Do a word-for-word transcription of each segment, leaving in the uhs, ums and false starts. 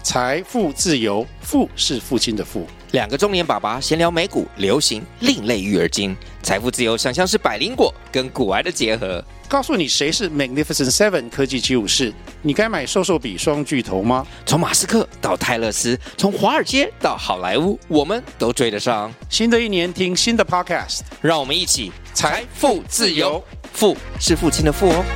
财富自由，富是父亲的富。 两个中年爸爸闲聊美股、流行、另类育儿经，财富自由想象是百灵果跟股癌的结合。 告诉你谁是 Magnificent Seven 科技七武士，你该买瘦瘦比双巨头吗？ 从马斯克到泰勒斯，从华尔街到好莱坞，我们都追得上。 新的一年听新的 Podcast， 让我们一起财富自由， 富是父亲的富哦。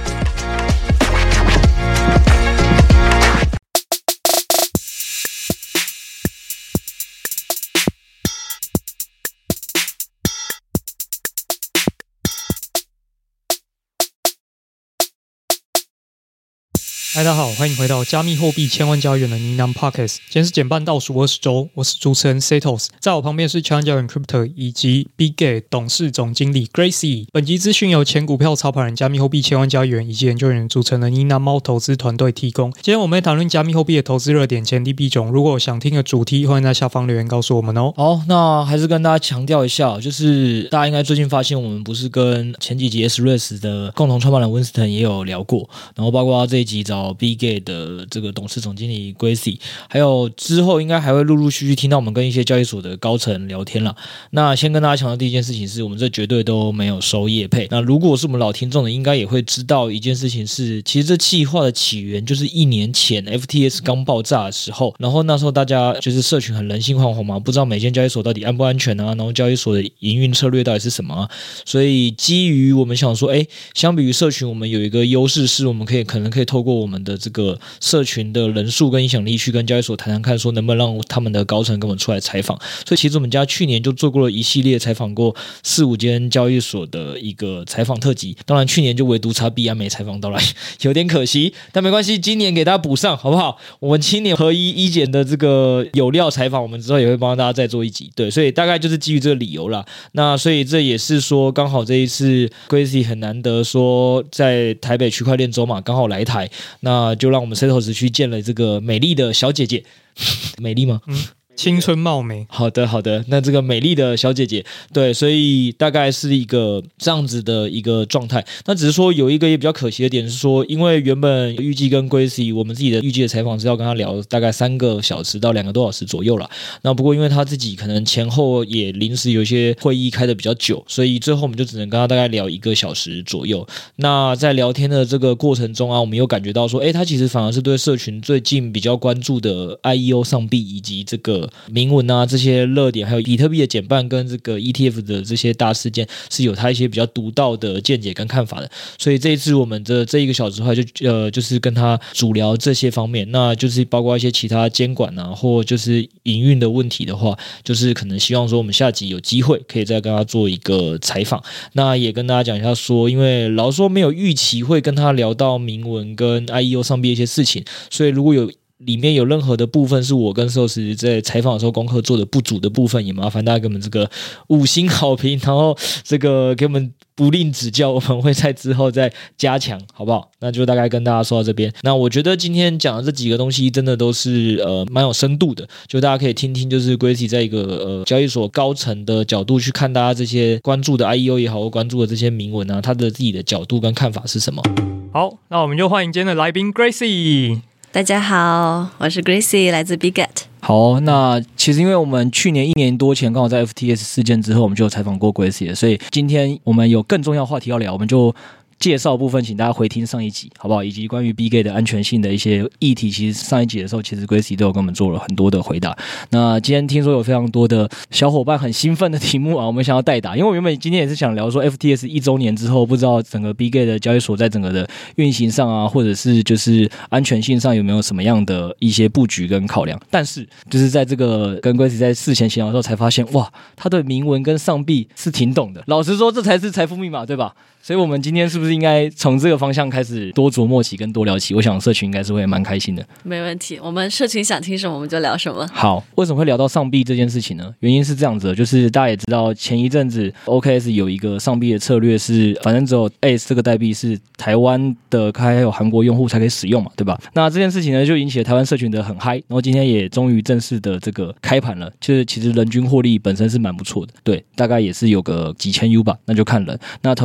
嗨，大家好，欢迎回到加密货币千万交易员的呢喃 Podcast。今天是减半倒数二十周，我是主持人 Setos， 在我旁边是千万交易员 Crypto 以及 Bigate 董事总经理 Gracie。本集资讯由前股票操盘人、加密货币千万交易员以及研究员组成的呢喃猫投资团队提供。今天我们会谈论加密货币的投资热点、前低币种。如果有想听的主题，欢迎在下方留言告诉我们哦。 好，那还是跟大家强调一下，就是大家应该最近发现，我们不是跟前几集 S R E S 的共同创办人 Winston 也有聊过，然后包括这一集找 Bigate 的这个董事总经理 Gracie， 还有之后应该还会陆陆续续听到我们跟一些交易所的高层聊天啦。那先跟大家强调第一件事情是，我们这绝对都没有收业配。那如果是我们老听众的，应该也会知道一件事情是，其实这企划的起源就是一年前 F T S 刚爆炸的时候，然后那时候大家就是社群很人心惶惶嘛，不知道每间交易所到底安不安全啊，然后交易所的营运策略到底是什么啊，所以基于我们想说，哎，相比于社群，我们有一个优势是我们可以可能可以透过我们的这个社群的人数跟影响力去跟交易所谈谈看，说能不能让他们的高层跟我们出来采访。所以其实我们家去年就做过了一系列采访过四五间交易所的一个采访特辑，当然去年就唯独差币安没采访到来，有点可惜，但没关系，今年给大家补上好不好？我们今年合一一检的这个有料采访，我们之后也会帮大家再做一集。对，所以大概就是基于这个理由啦。那所以这也是说，刚好这一次 Gracie 很难得说在台北区块链周嘛，刚好来台，那就让我们 Setos 去见了这个美丽的小姐姐，美丽吗？ 嗯，青春貌美。 好的好的，那这个美丽的小姐姐，对，所以大概是一个这样子的一个状态。那只是说有一个也比较可惜的点是说，因为原本预计跟 Gracie 我们自己的预计的采访是要跟她聊大概三个小时到两个多小时左右啦。那不过因为她自己可能前后也临时有一些会议开的比较久，所以最后我们就只能跟她大概聊一个小时左右。那在聊天的这个过程中啊，我们有感觉到说，诶，她其实反而是对社群最近比较关注的 I E O 上币以及这个铭文啊这些热点，还有比特币的减半跟这个 E T F 的这些大事件，是有他一些比较独到的见解跟看法的。所以这一次我们的这一个小时的话就，就呃就是跟他主聊这些方面，那就是包括一些其他监管啊，或就是营运的问题的话，就是可能希望说我们下集有机会可以再跟他做一个采访。那也跟大家讲一下说，因为老实说没有预期会跟他聊到铭文跟 I E O 上币一些事情，所以如果有里面有任何的部分是我跟寿司在采访的时候功课做的不足的部分，也麻烦大家给我们这个五星好评，然后这个给我们不吝指教，我们会在之后再加强，好不好？那就大概跟大家说到这边。那我觉得今天讲的这几个东西真的都是呃蛮有深度的，就大家可以听听，就是 Gracie 在一个呃交易所高层的角度去看大家这些关注的 I E O 也好，或关注的这些铭文啊，他的自己的角度跟看法是什么。 好，那我们就欢迎今天的来宾 Gracie。 大家好，我是 Gracie， 来自 Bigate。 好，那其实因为我们去年一年多前刚好在 F T S 事件之后，我们就有采访过 Gracie 了，所以今天我们有更重要的话题要聊，我们就介绍部分请大家回听上一集好不好，以及关于 Bigate 的安全性的一些议题，其实上一集的时候其实 Gracie 都有跟我们做了很多的回答。那今天听说有非常多的小伙伴很兴奋的题目啊，我们想要代打，因为我原本今天也是想聊说 F T S 一周年之后，不知道整个 Bigate 的交易所在整个的运行上啊，或者是就是安全性上有没有什么样的一些布局跟考量，但是就是在这个跟 Gracie 在事前闲聊的时候才发现，哇，他对铭文跟上币是挺懂的，老实说这才是财富密码，对吧？所以我们今天是不是应该从这个方向开始多琢磨起跟多聊起？我想社群应该是会蛮开心的。 没问题，我们社群想听什么我们就聊什么。 好，为什么会聊到上币这件事情呢？原因是这样子的，就是大家也知道前一阵子 O K S 有一个上币的策略是，反正只有 A S 这个代币是台湾的还有韩国用户才可以使用嘛，对吧？那这件事情呢就引起了台湾社群的很嗨，然后今天也终于正式的这个开盘了，就是其实人均获利本身是蛮不错的，对，大概也是有个几千 U 吧，那就看人。那同样这件事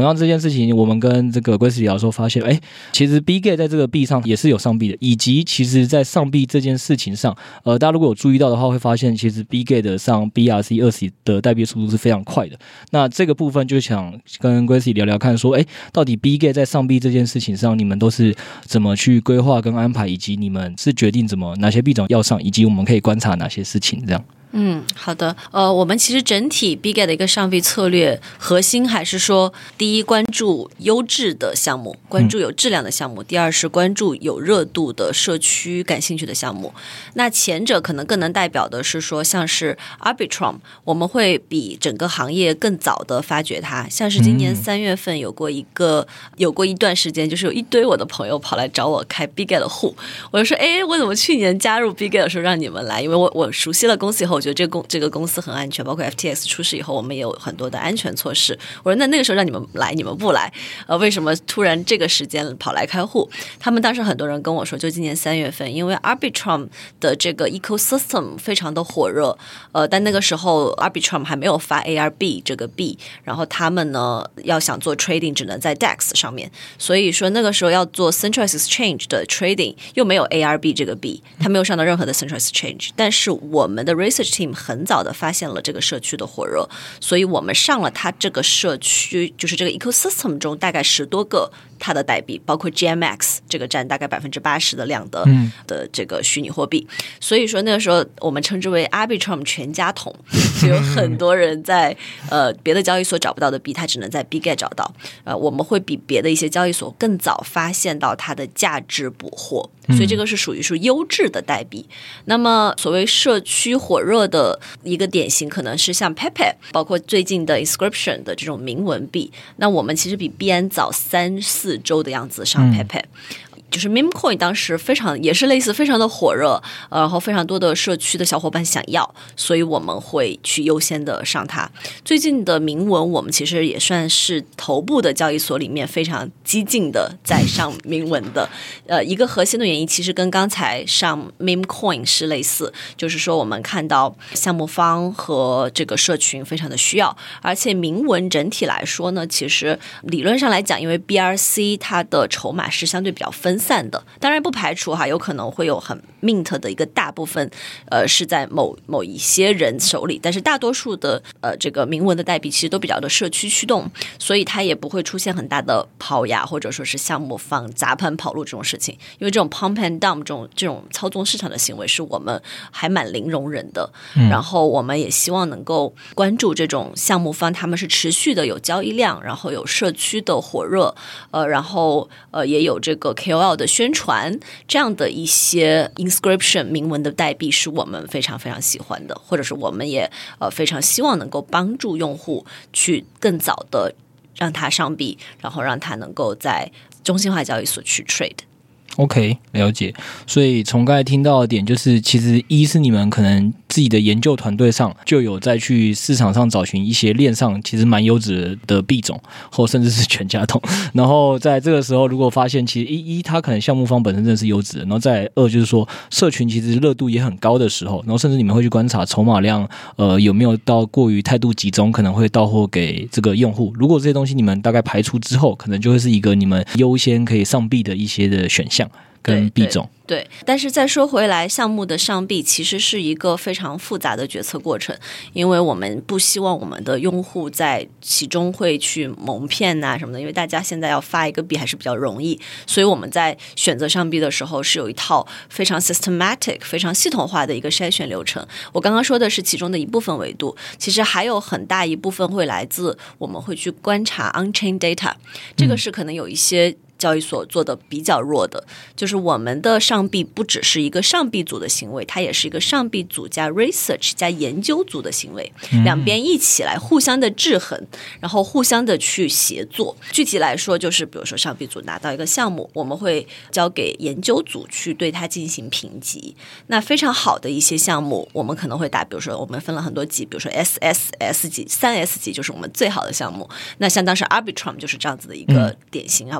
事情，我们跟这个 Grace 聊的时候发现，哎，其实 Bgate 在这个币上也是有上币的，以及其实在上币这件事情上，呃，大家如果有注意到的话，会发现其实 Bgate 上 B R C 二十的代币速度是非常快的。那这个部分就想跟 Grace 聊聊看，说，哎，到底 Bgate 在上币这件事情上，你们都是怎么去规划跟安排，以及你们是决定怎么哪些币种要上，以及我们可以观察哪些事情这样。 嗯，好的。呃，我们其实整体 Bgate 的一个上币策略核心还是说，第一，关注优质的项目，关注有质量的项目；嗯、第二是关注有热度的社区感兴趣的项目。那前者可能更能代表的是说，像是 Arbitrum， 我们会比整个行业更早的发掘它。像是今年三月份有过一个、嗯、有过一段时间，就是有一堆我的朋友跑来找我开 Bgate 的户，我就说，哎，我怎么去年加入 Bgate 的时候让你们来？因为我我熟悉了公司以后。我觉得这个公这个公司很安全，包括 F T X 出事以后，我们也有很多的安全措施。我说那那个时候让你们来，你们不来，呃，为什么突然这个时间跑来开户？他们当时很多人跟我说，就今年三月份，因为 Arbitrum 的这个 ecosystem 非常的火热，呃，但那个时候 Arbitrum 还没有发 A R B 这个币，然后他们呢要想做 trading 只能在 D E X 上面，所以说那个时候要做 Centralized Exchange 的 trading 又没有 A R B 这个币，它没有上到任何的 Centralized Exchange， 但是我们的 research team 很早的发现了这个社区的火热，所以我们上了它这个社区，就是这个 ecosystem 中大概十多个它的代币，包括 G M X 这个占大概百分之八十的量的、嗯、的这个虚拟货币，所以说那个时候我们称之为 Arbitrum 全家桶，就有很多人在呃别的交易所找不到的币，他只能在 Bgate 找到。呃，我们会比别的一些交易所更早发现到它的价值捕获，所以这个是属于是优质的代币。那么所谓社区火热的一个典型可能是像 Pepe， 包括最近的 Inscription 的这种铭文币，那我们其实比币安早三四周的样子上 Pepe、嗯就是 meme coin 当时非常也是类似非常的火热，呃，然后非常多的社区的小伙伴想要，所以我们会去优先的上它。最近的铭文我们其实也算是头部的交易所里面非常激进的在上铭文的，呃，一个核心的原因其实跟刚才上 meme coin 是类似，就是说我们看到项目方和这个社群非常的需要，而且铭文整体来说呢，其实理论上来讲，因为 B R C 它的筹码是相对比较分散的，当然不排除哈，有可能会有很 mint 的一个大部分，呃，是在某某一些人手里，但是大多数的呃这个铭文的代币其实都比较的社区驱动，所以它也不会出现很大的抛压或者说是项目方砸盘跑路这种事情，因为这种 pump and dump 这种这种操纵市场的行为是我们还蛮零容忍的、嗯、然后我们也希望能够关注这种项目方他们是持续的有交易量，然后有社区的火热，呃，然后呃也有这个 K O L的宣传，这样的一些 inscription 铭文的代币是我们非常非常喜欢的，或者是我们也呃非常希望能够帮助用户去更早的让它上币，然后让它能够在中心化交易所去 trade。OK， 了解。所以从刚才听到的点就是，其实一是你们可能自己的研究团队上就有在去市场上找寻一些链上其实蛮优质的币种，或甚至是全家桶。然后在这个时候，如果发现其实一一它可能项目方本身真的是优质的，然后再二就是说社群其实热度也很高的时候，然后甚至你们会去观察筹码量，呃有没有到过于态度集中，可能会到货给这个用户。如果这些东西你们大概排除之后，可能就会是一个你们优先可以上币的一些的选项跟币种。 对，但是再说回来，项目的上币其实是一个非常复杂的决策过程，因为我们不希望我们的用户在其中会去蒙骗啊什么的，因为大家现在要发一个币还是比较容易，所以我们在选择上币的时候是有一套非常 systematic 非常系统化的一个筛选流程。我刚刚说的是其中的一部分维度，其实还有很大一部分会来自我们会去观察 on-chain data， 这个是可能有一些交易所做的比较弱的，就是我们的上币不只是一个上币组的行为，它也是一个上币组加 research 加研究组的行为，两边一起来互相的制衡，然后互相的去协作。具体来说就是比如说上币组拿到一个项目，我们会交给研究组去对它进行评级，那非常好的一些项目我们可能会打，比如说我们分了很多级，比如说 S S S 级 三 S 级就是我们最好的项目，那相当是 Arbitrum 就是这样子的一个典型啊，包括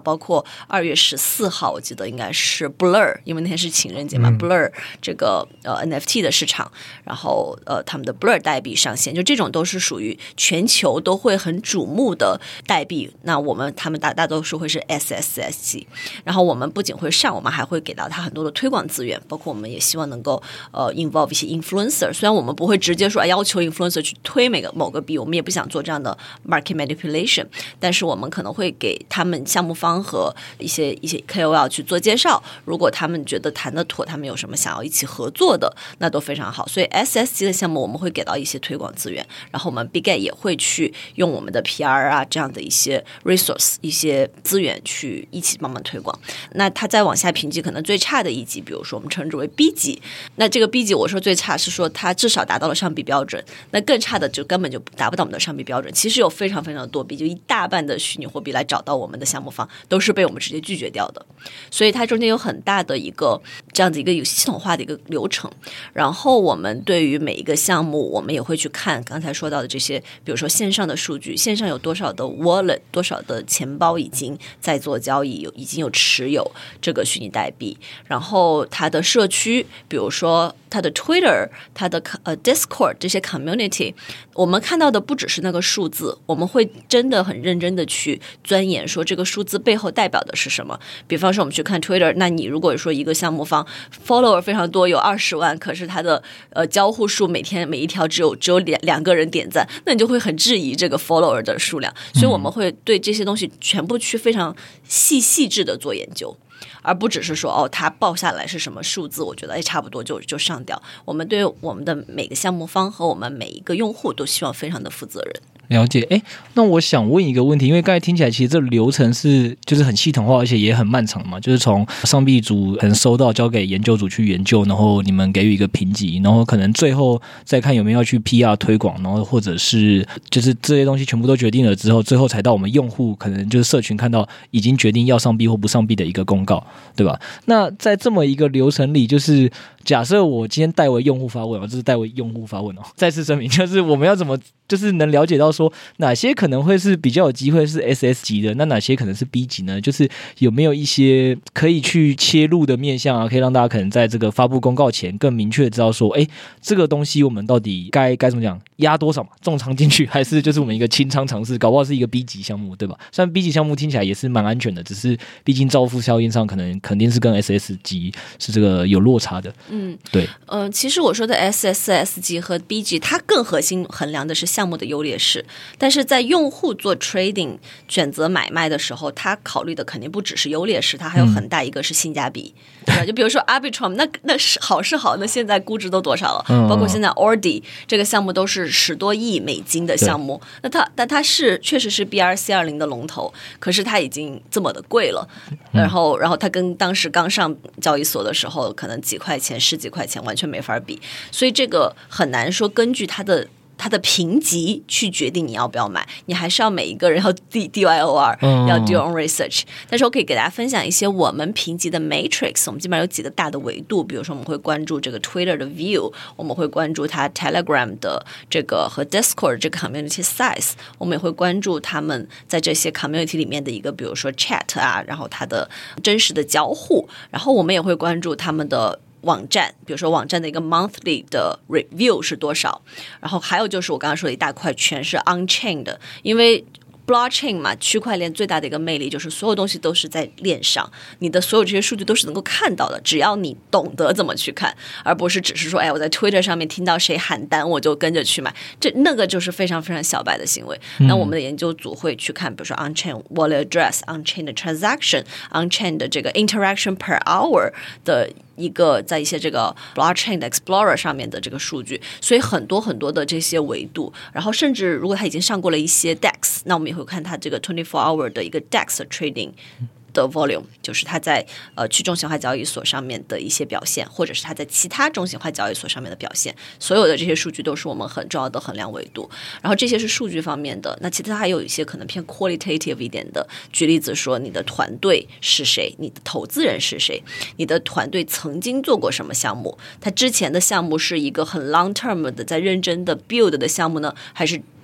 二月十四号，我记得应该是 Blur， 因为那天是情人节嘛、嗯、，Blur 这个呃 N F T 的市场，然后呃他们的 Blur 代币上线，就这种都是属于全球都会很瞩目的代币。那我们他们大大多数会是 S S S G， 然后我们不仅会上，我们还会给到他很多的推广资源，包括我们也希望能够呃 involve 一些 influencer， 虽然我们不会直接说、啊、要求 influencer 去推每个某个币，我们也不想做这样的 market manipulation， 但是我们可能会给他们项目方和一些一些 K O L 去做介绍，如果他们觉得谈得妥，他们有什么想要一起合作的，那都非常好。所以 S S G 的项目我们会给到一些推广资源，然后我们 BigGet 也会去用我们的 P R 啊这样的一些 resource 一些资源去一起帮忙推广。那它再往下评级，可能最差的一级，比如说我们称之为 B 级，那这个 B 级我说最差是说它至少达到了上币标准，那更差的就根本就达不到我们的上币标准。其实有非常非常多币，就一大半的虚拟货币来找到我们的项目方都是被我们直接拒绝掉的，所以它中间有很大的一个这样子一个有系统化的一个流程。然后我们对于每一个项目，我们也会去看刚才说到的这些，比如说线上的数据，线上有多少的 wallet， 多少的钱包已经在做交易，有已经有持有这个虚拟代币，然后它的社区，比如说它的 Twitter， 它的呃 Discord 这些 community， 我们看到的不只是那个数字，我们会真的很认真的去钻研说这个数字背后代表的是什么。比方说我们去看 Twitter， 那你如果说一个项目方 follower 非常多，有二十万，可是它的呃交互数每天每一条只有只有两两个人点赞，那你就会很质疑这个 follower 的数量。所以我们会对这些东西全部去非常细细致的做研究，而不只是说哦，它报下来是什么数字，我觉得哎差不多就就上掉。我们对我们的每个项目方和我们每一个用户都希望非常的负责任。 了解，哎，那我想问一个问题，因为刚才听起来其实这流程是就是很系统化，而且也很漫长嘛，就是从上币组可能收到交给研究组去研究，然后你们给予一个评级，然后可能最后再看有没有要去 P R 推广，然后或者是就是这些东西全部都决定了之后，最后才到我们用户可能就是社群看到已经决定要上币或不上币的一个公告，对吧？那在这么一个流程里，就是假设我今天代为用户发问，这是代为用户发问哦，再次声明，就是我们要怎么就是能了解到说哪些可能会是比较有机会是 S S 级的，那哪些可能是 B 级呢？就是有没有一些可以去切入的面向啊，可以让大家可能在这个发布公告前更明确的知道说，哎，这个东西我们到底该该怎么讲，压多少嘛，重仓进去，还是就是我们一个清仓尝试，搞不好是一个 B 级项目，对吧？虽然 B 级项目听起来也是蛮安全的，只是毕竟照付效应上可能肯定是跟 S S 级是这个有落差的。嗯，对， 嗯、呃，其实我说的 S S S 级和 B 级，它更核心衡量的是项目的优劣势，但是在用户做 trading 选择买卖的时候，他考虑的肯定不只是优劣势，它还有很大一个是性价比。嗯、就比如说 Arbitrum， 那那是好是好，那现在估值都多少了？嗯、包括现在 O R D I 这个项目都是十多亿美金的项目，那它但它是确实是 B R C 二十 的龙头，可是它已经这么的贵了，嗯、然后然后它跟当时刚上交易所的时候，可能几块钱、十几块钱完全没法比，所以这个很难说根据它的。它的评级去决定你要不要买，你还是要每一个人要 D D Y O R，、嗯、要 do your own research。但是我可以给大家分享一些我们评级的 matrix， 我们基本上有几个大的维度，比如说我们会关注这个 Twitter 的 view， 我们会关注它 Telegram 的这个和 Discord 这个 community size， 我们也会关注他们在这些 community 里面的一个，比如说 chat 啊，然后它的真实的交互，然后我们也会关注他们的网站，比如说网站的一个 monthly 的 review 是多少，然后还有就是我刚刚说的一大块全是 on-chain 的，因为blockchain 嘛，区块链最大的一个魅力就是所有东西都是在链上，你的所有这些数据都是能够看到的，只要你懂得怎么去看，而不是只是说，哎，我在 Twitter 上面听到谁喊单我就跟着去买，这那个就是非常非常小白的行为。嗯、那我们的研究组会去看，比如说 on-chain wallet address、on-chain 的 transaction、on-chain 的这个 interaction per hour 的一个在一些这个 blockchain 的 explorer 上面的这个数据，所以很多很多的这些维度，然后甚至如果它已经上过了一些 D E X， 那我们也会看它这个二十四 hour 的一个 D E X trading的 volume， 就是它在呃去中心化交易所上面的一些表现，或者是它在其他中心化交易所上面的表现，所有的这些数据都是我们很重要的衡量维度。然后这些是数据方面的，那其他还有一些可能偏 qualitative 一点的，举例子说你的团队是谁，你的投资人是谁，你的团队曾经做过什么项目，它之前的项目是一个很 long term 的在认真的 build 的项目呢，还是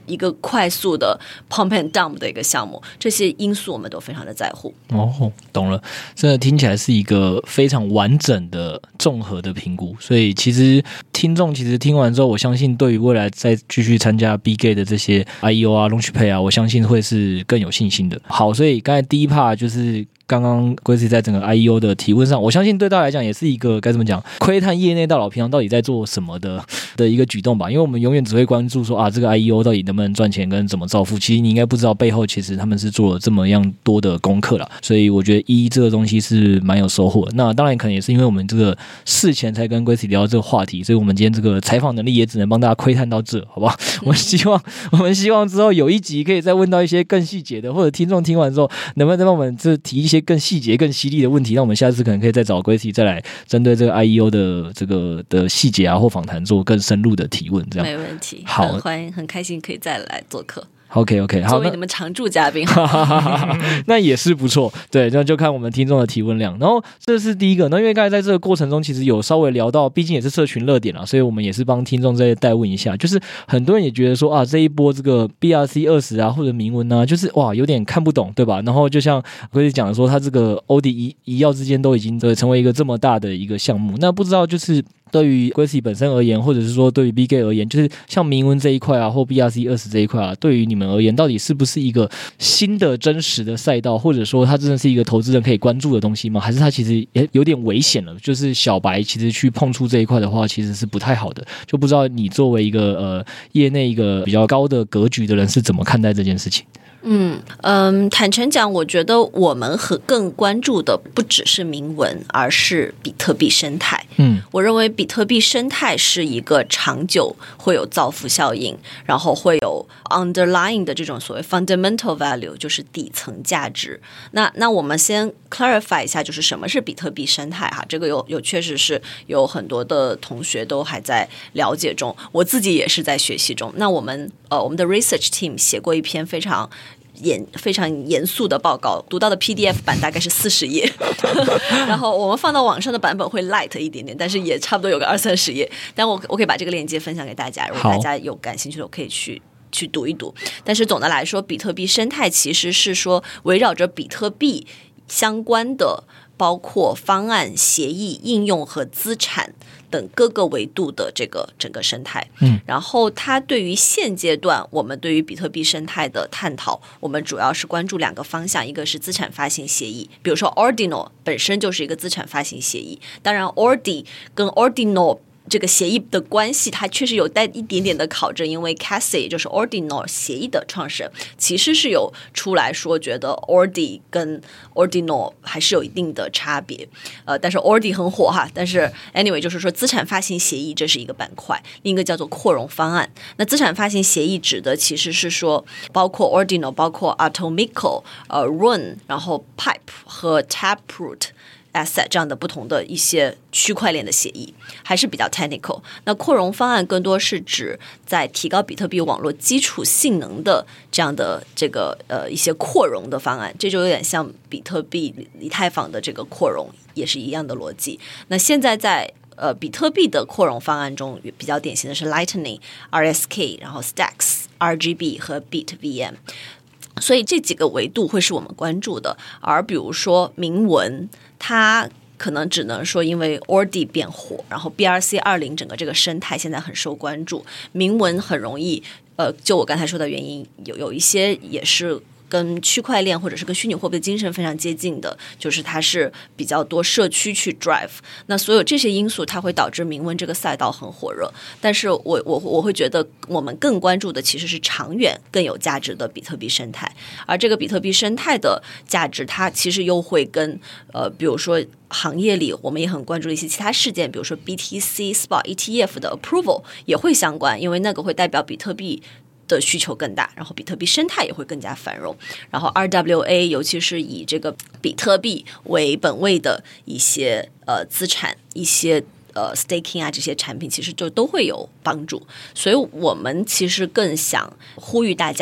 一个快速的 pump and dump 的一个项目，这些因素我们都非常的在乎。 哦，懂了，这听起来是一个非常完整的综合的评估，所以其实听众其实听完之后，我相信对于未来再继续参加 Bgate 的这些 I E O 啊 Launchpad 啊，我相信会是更有信心的。好，所以刚才第一 part 就是刚刚 Gracie 在整个 I E O 的提问上，我相信对大家来讲也是一个该怎么讲，窥探业内大佬平常到底在做什么的的一个举动吧。因为我们永远只会关注说啊，这个 I E O 到底能不能赚钱跟怎么造富，其实你应该不知道背后其实他们是做了这么样多的功课啦。所以我觉得一这个东西是蛮有收获的。那当然可能也是因为我们这个事前才跟 Gracie 聊这个话题，所以我们今天这个采访能力也只能帮大家窥探到这，好不好？我们希望我们希望之后有一集可以再问到一些更细节的，或者听众听完之后能不能再帮我们这提一些更细节更犀利的问题，那我们下次可能可以再找 Gracie 再来针对这个 I E O 的这个的细节啊或访谈做更深入的提问，这样没问题。 好， 很欢迎，很开心可以再来做客。 OK OK， 好， 作为你们常驻嘉宾， 那也是不错。对，那就看我们听众的提问量。然后这是第一个，那因为刚才在这个过程中，其实有稍微聊到，毕竟也是社群热点啦，所以我们也是帮听众再代问一下。就是很多人也觉得说啊，这一波这个 B R C 二十啊或者铭文啊，就是哇有点看不懂，对吧？然后就像Gracie讲的说，他这个欧迪一一药之间都已经对成为一个这么大的一个项目，那不知道就是。对于 Gracie 本身而言，或者是说对于 Bgate 而言，就是像铭文这一块啊，或 B R C 二十这一块啊，对于你们而言，到底是不是一个新的真实的赛道，或者说它真的是一个投资人可以关注的东西吗？还是它其实也有点危险了？就是小白其实去碰触这一块的话，其实是不太好的。就不知道你作为一个呃业内一个比较高的格局的人是怎么看待这件事情？ 嗯嗯，坦诚讲，我觉得我们和更关注的不只是铭文，而是比特币生态。 嗯， 我认为比特币生态是一个长久会有造富效应，然后会有 underlying 的这种所谓 fundamental value， 就是底层价值。那那我们先 clarify 一下，就是什么是比特币生态哈？这个有有确实是有很多的同学都还在了解中，我自己也是在学习中。那我们呃我们的 research team 写过一篇非常。严非常严肃的报告，读到的 P D F 版大概是四十页，然后我们放到网上的版本会 light 一点点，但是也差不多有个二三十页。但我我可以把这个链接分享给大家，如果大家有感兴趣的，我可以去去读一读。但是总的来说，比特币生态其实是说围绕着比特币相关的，包括方案、协议、应用和资产等各个维度的这个整个生态。 嗯， 然后它对于现阶段我们对于比特币生态的探讨，我们主要是关注两个方向，一个是资产发行协议，比如说 Ordinal 本身就是一个资产发行协议，当然 Ordi 跟 Ordinal这个协议的关系它确实有带一点点的考证，因为 Cassie 也就是 Ordinal 协议的创始人其实是有出来说觉得 Ordi 跟 Ordinal 还是有一定的差别，呃，但是 Ordi 很火哈，但是 anyway 就是说资产发行协议这是一个板块，另一个叫做扩容方案。那资产发行协议指的其实是说包括 Ordinal 包括 Atomico 呃 Rune 然后 Pipe 和 Taproot asset 这样的不同的一些区块链的协议，还是比较 technical。那扩容方案更多是指在提高比特币网络基础性能的这样的这个呃一些扩容的方案，这就有点像比特币以太坊的这个扩容，也是一样的逻辑。那现在在呃比特币的扩容方案中，比较典型的是 Lightning、R S K， 然后 Stacks、R G B 和 BitVM。所以这几个维度会是我们关注的，而比如说铭文，它可能只能说因为 Ordi 变火，然后 B R C 二十 整个这个生态现在很受关注，铭文很容易呃，就我刚才说的原因，有有一些也是跟区块链或者是跟虚拟货币的精神非常接近的，就是它是比较多社区去 drive， 那所有这些因素它会导致铭文这个赛道很火热。但是我我我会觉得我们更关注的其实是长远更有价值的比特币生态，而这个比特币生态的价值它其实又会跟呃比如说行业里我们也很关注的一些其他事件，比如说 B T C、Spot E T F 的 approval 也会相关，因为那个会代表比特币的需求更大，然后比特币生态也会更加繁荣，然后 R W A 尤其是以这个比特币为本位的一些呃资产，一些呃 staking 啊这些产品其实就都会有帮助，所以我们其实更想呼吁大家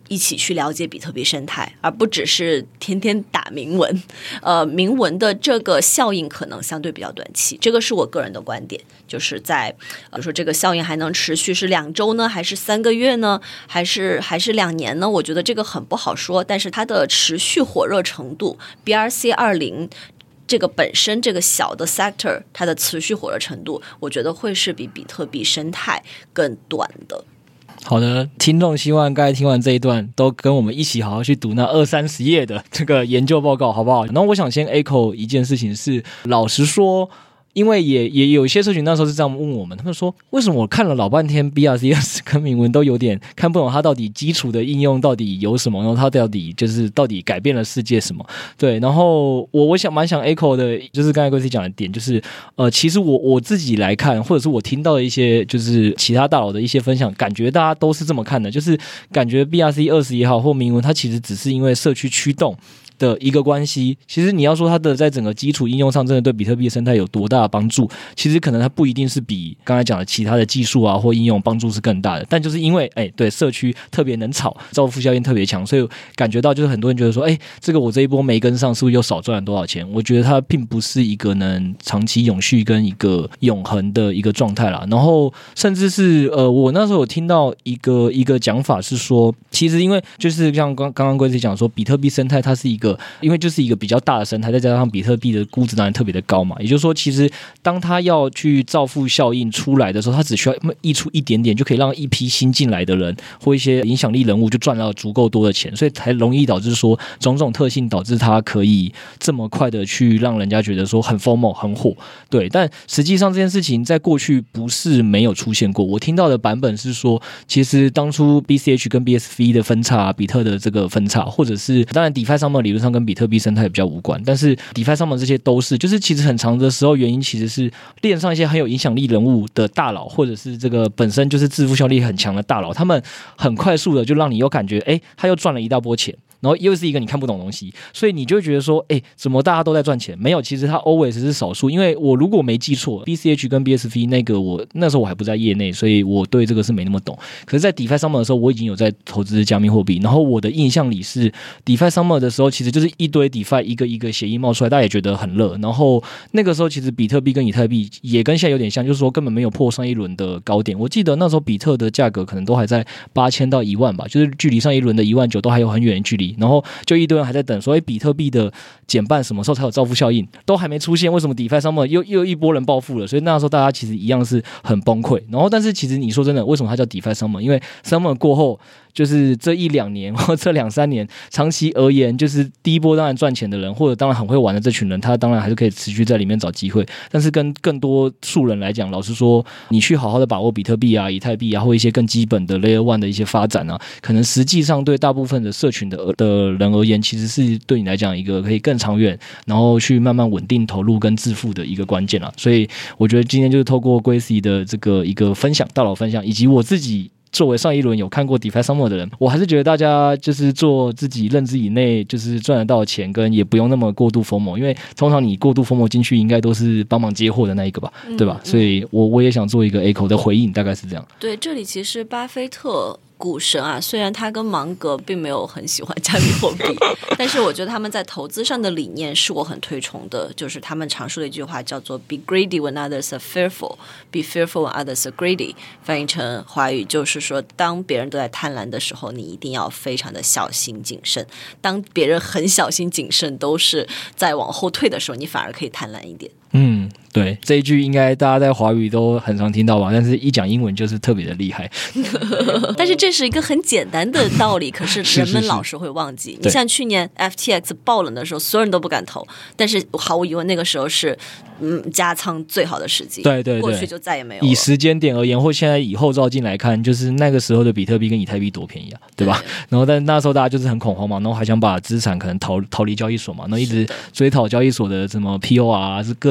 一起去了解比特币生态，而不只是天天打铭文。呃，铭文的这个效应可能相对比较短期，这个是我个人的观点，就是在比如说这个效应还能持续是两周呢，还是三个月呢，还是还是两年呢？我觉得这个很不好说，但是它的持续火热程度 B R C 二十这个本身这个小的 sector 它的持续火热程度，我觉得会是比比特币生态更短的。 好的，听众希望刚才听完这一段都跟我们一起好好去读那二三十页的这个研究报告，好不好？然后我想先 echo 一件事情是，老实说，因为也也有一些社群那时候是这样问我们，他们说为什么我看了老半天 B R C 跟铭文都有点看不懂，它到底基础的应用到底有什么，然后它到底就是到底改变了世界什么？对，然后我我想蛮想 echo 的，就是刚才Gracie讲的点，就是呃，其实我我自己来看，或者是我听到的一些就是其他大佬的一些分享，感觉大家都是这么看的，就是感觉 B R C 二十也好或铭文，它其实只是因为社区驱动的一个关系，其实你要说它的在整个基础应用上真的对比特币的生态有多大的帮助，其实可能它不一定是比刚才讲的其他的技术啊或应用帮助是更大的，但就是因为哎对社区特别能炒，造富效应特别强，所以感觉到就是很多人觉得说，哎，这个我这一波没跟上，是不是又少赚了多少钱？我觉得它并不是一个能长期永续跟一个永恒的一个状态啦。然后甚至是呃，我那时候有听到一个一个讲法是说，其实因为就是像刚刚刚Gracie讲说，比特币生态它是一个因为就是一个比较大的生态，再加上比特币的估值当然特别的高嘛，也就是说其实当它要去造富效应出来的时候，它只需要溢出一点点就可以让一批新进来的人或一些影响力人物就赚到足够多的钱，所以才容易导致说种种特性导致它可以这么快的去让人家觉得说很 FOMO 很火。对，但实际上这件事情在过去不是没有出现过，我听到的版本是说，其实当初 B C H 跟 B S V 的分叉，比特的这个分叉，或者是当然 DeFi 上面理论上跟比特币生态比较无关，但是 DeFi 上面这些都是，就是其实很长的时候原因其实是链上一些很有影响力人物的大佬，或者是这个本身就是致富效力很强的大佬，他们很快速的就让你有感觉，哎，他又赚了一大波钱，然后又是一个你看不懂的东西，所以你就会觉得说，哎，怎么大家都在赚钱？没有，其实它 always 是少数。因为我如果没记错 ，B C H 跟 B S V 那个我那时候我还不在业内，所以我对这个是没那么懂。可是，在 DeFi Summer 的时候，我已经有在投资加密货币，然后我的印象里是 DeFi Summer 的时候，其实就是一堆 DeFi 一个一个协议冒出来，大家也觉得很热。然后那个时候，其实比特币跟以太币也跟现在有点像，就是说根本没有破上一轮的高点。我记得那时候比特的价格可能都还在八千到一万吧，就是距离上一轮的一万九都还有很远的距离。然后就一堆人还在等，所以比特币的减半什么时候才有造富效应，都还没出现，为什么 DeFi Summer 又又一波人暴富了？所以那时候大家其实一样是很崩溃。然后，但是其实你说真的，为什么它叫 DeFi Summer？ 因为 Summer 过后，就是这一两年或这两三年，长期而言，就是第一波当然赚钱的人，或者当然很会玩的这群人，他当然还是可以持续在里面找机会。但是跟更多数人来讲，老实说，你去好好的把握比特币啊、以太币啊，或一些更基本的 Layer One 的一些发展啊，可能实际上对大部分的社群的的人而言，其实是对你来讲一个可以更长远，然后去慢慢稳定投入跟致富的一个关键啊。所以我觉得今天就是透过 Gracie 的这个一个分享，大佬分享，以及我自己作为上一轮有看过 DeFi Summer 的人，我还是觉得大家就是做自己认知以内就是赚得到的钱，跟也不用那么过度 FOMO， 因为通常你过度 FOMO 进去应该都是帮忙接货的那一个吧，嗯、对吧？所以我我也想做一个 echo 的回应，大概是这样。 对，这里其实巴菲特股神啊，虽然他跟芒格并没有很喜欢加密货币，但是我觉得他们在投资上的理念是我很推崇的，就是他们常说的一句话叫做 Be greedy when others are fearful, be fearful when others are greedy。 翻译成华语就是说，当别人都在贪婪的时候，你一定要非常的小心谨慎，当别人很小心谨慎都是在往后退的时候，你反而可以贪婪一点。 嗯，对，这一句应该大家在华语都很常听到吧，但是一讲英文就是特别的厉害。 但是这是一个很简单的道理，可是人们老是会忘记。是是是，你像去年 F T X 爆冷的时候，所有人都不敢投，但是毫无疑问那个时候是嗯加仓最好的时机。 对对对， 过去就再也没有了。 以时间点而言，或现在以后照镜来看，就是那个时候的比特币跟以太币多便宜啊，对吧？对，然后但那时候大家就是很恐慌嘛，然后还想把资产可能逃逃离交易所嘛，然后一直追讨交易所的什么 P O R 是各种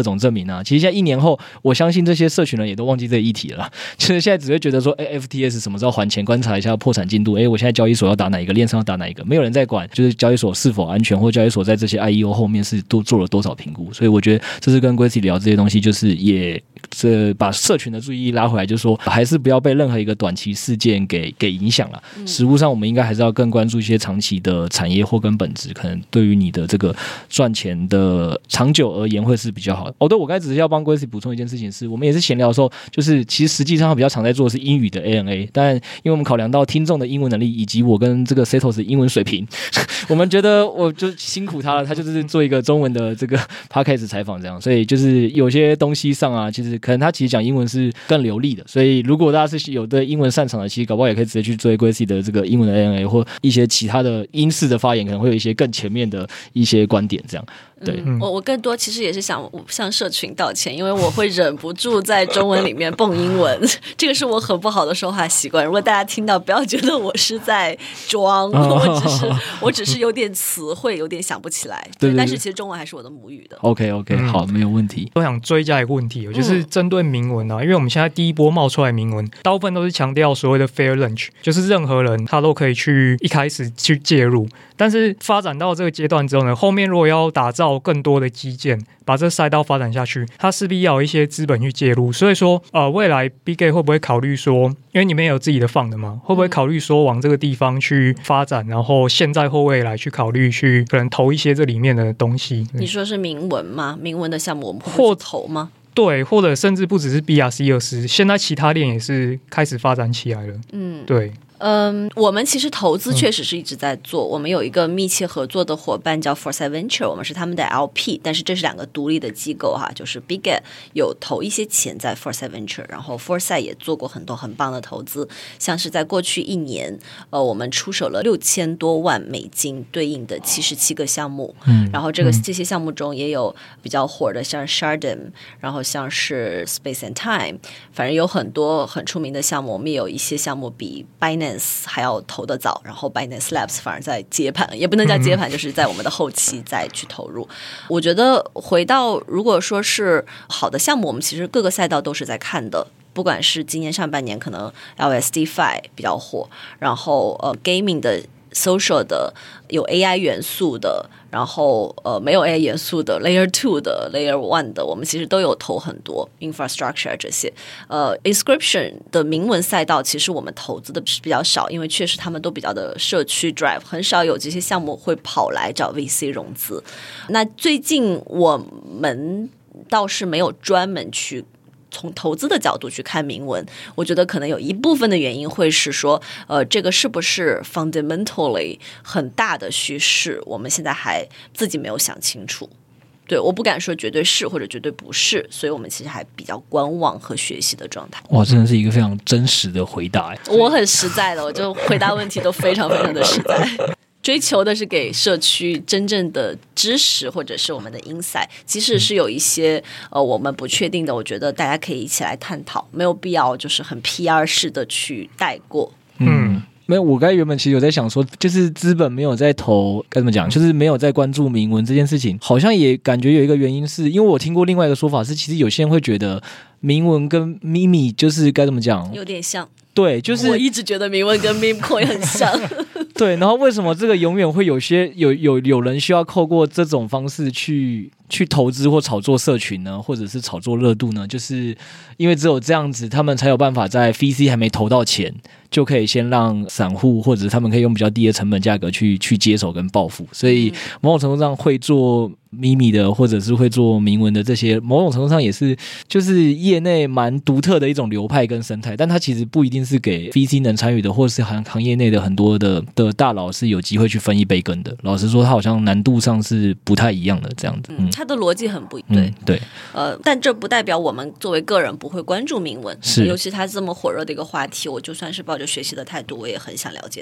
种证明啊。其实现在一年后，我相信这些社群人也都忘记这个议题了啦，就是现在只会觉得说，哎 ，F T S 什么时候还钱？观察一下破产进度。哎，我现在交易所要打哪一个，链上要打哪一个，没有人在管，就是交易所是否安全，或交易所在这些 I E O 后面是都做了多少评估。所以我觉得这是跟 Gracie 聊这些东西，就是也这把社群的注意力拉回来，就是说还是不要被任何一个短期事件给给影响了。嗯、实务上，我们应该还是要更关注一些长期的产业或跟本质，可能对于你的这个赚钱的长久而言会是比较好的。哦，对，我刚才只是要帮 Gracie 补充一件事情是，我们也是闲聊的时候，就是其实实际上比较常在做的是英语的 A N A， 但因为我们考量到听众的英文能力以及我跟这个 Setos 的英文水平，我们觉得我就辛苦他了，他就是做一个中文的这个 podcast 采访这样，所以就是有些东西上啊，其实可能他其实讲英文是更流利的，所以如果大家是有对英文擅长的，其实搞不好也可以直接去追 Gracie 的这个英文的 A N A 或一些其他的英式的发言，可能会有一些更前面的一些观点这样。对， 嗯、我我更多其实也是想向社群道歉，因为我会忍不住在中文里面蹦英文，这个是我很不好的说话习惯。如果大家听到，不要觉得我是在装，我只是我只是有点词汇有点想不起来。对，对对对，但是其实中文还是我的母语的。 OK OK，、嗯、好，没有问题。 我想追加一个问题，就是针对明文啊，因为我们现在第一波冒出来明文，大部分都是强调所谓的 fair lunch， 就是任何人他都可以去一开始去介入。但是发展到这个阶段之后呢，后面如果要打造更多的基建，把这赛道发展下去，它势必要有一些资本去介入。所以说，呃，未来 Bigate 会不会考虑说，因为你们也有自己的 fund 嘛，会不会考虑说往这个地方去发展，然后现在或未来去考虑去可能投一些这里面的东西？ 你说是明文吗？明文的项目我们会不会去投吗？ 对，或者甚至不只是 B R C 二十，现在其他链也是开始发展起来了。嗯，对。 嗯，我们其实投资确实是一直在做、嗯、我们有一个密切合作的伙伴叫 Foresight Venture， 我们是他们的 L P， 但是这是两个独立的机构哈，就是 Bigate 有投一些钱在 Foresight Venture， 然后 Foresight 也做过很多很棒的投资，像是在过去一年呃，我们出手了六千多万美金对应的七十七个项目，嗯，然后这个、嗯、这些项目中也有比较火的像 Shardam， 然后像是 Space and Time， 反正有很多很出名的项目，我们也有一些项目比 Binance还要投得早，然后 Binance Labs 反而在接盘，也不能叫接盘、嗯、就是在我们的后期再去投入。我觉得回到如果说是好的项目，我们其实各个赛道都是在看的，不管是今年上半年可能 L S D five 比较火，然后呃 gaming 的 social 的有 A I 元素的，然后呃没有 A I 元素的 Layer two 的 Layer one 的，我们其实都有投很多 infrastructure 这些。呃 Inscription 的明文赛道其实我们投资的是比较少，因为确实他们都比较的社区 drive， 很少有这些项目会跑来找 V C 融资。那最近我们倒是没有专门去从投资的角度去看明文，我觉得可能有一部分的原因会是说，呃，这个是不是 fundamentally 很大的趋势，我们现在还自己没有想清楚。对，我不敢说绝对是或者绝对不是，所以我们其实还比较观望和学习的状态。 哇，真的是一个非常真实的回答。 我很实在的，我就回答问题都非常非常的实在。追求的是给社区真正的知识或者是我们的 insight， 即使是有一些呃我们不确定的，我觉得大家可以一起来探讨，没有必要就是很 P R 式的去带过。 嗯，没有，我刚才原本其实有在想说，就是资本没有在投，该怎么讲，就是没有在关注明文这件事情，好像也感觉有一个原因是，因为我听过另外一个说法是，其实有些人会觉得明文跟咪咪就是该怎么讲， 有点像。 对，就是我一直觉得明文跟 meme coin 很像。 对，然后为什么这个永远会有些有有有人需要透过这种方式去去投资或炒作社群呢，或者是炒作热度呢？就是因为只有这样子，他们才有办法在 V C 还没投到钱，就可以先让散户或者他们可以用比较低的成本价格去去接手跟报复。所以某种程度上会做咪咪的或者是会做明文的这些，某种程度上也是就是业内蛮独特的一种流派跟生态，但它其实不一定是给 V C 能参与的，或者是行行业内的很多的的大佬是有机会去分一杯羹的。老实说，它好像难度上是不太一样的这样子。嗯， 它的逻辑很不对、嗯、 对， 呃，但这不代表我们作为个人不会关注明文，是尤其它这么火热的一个话题，我就算是抱着学习的态度，我也很想了解它。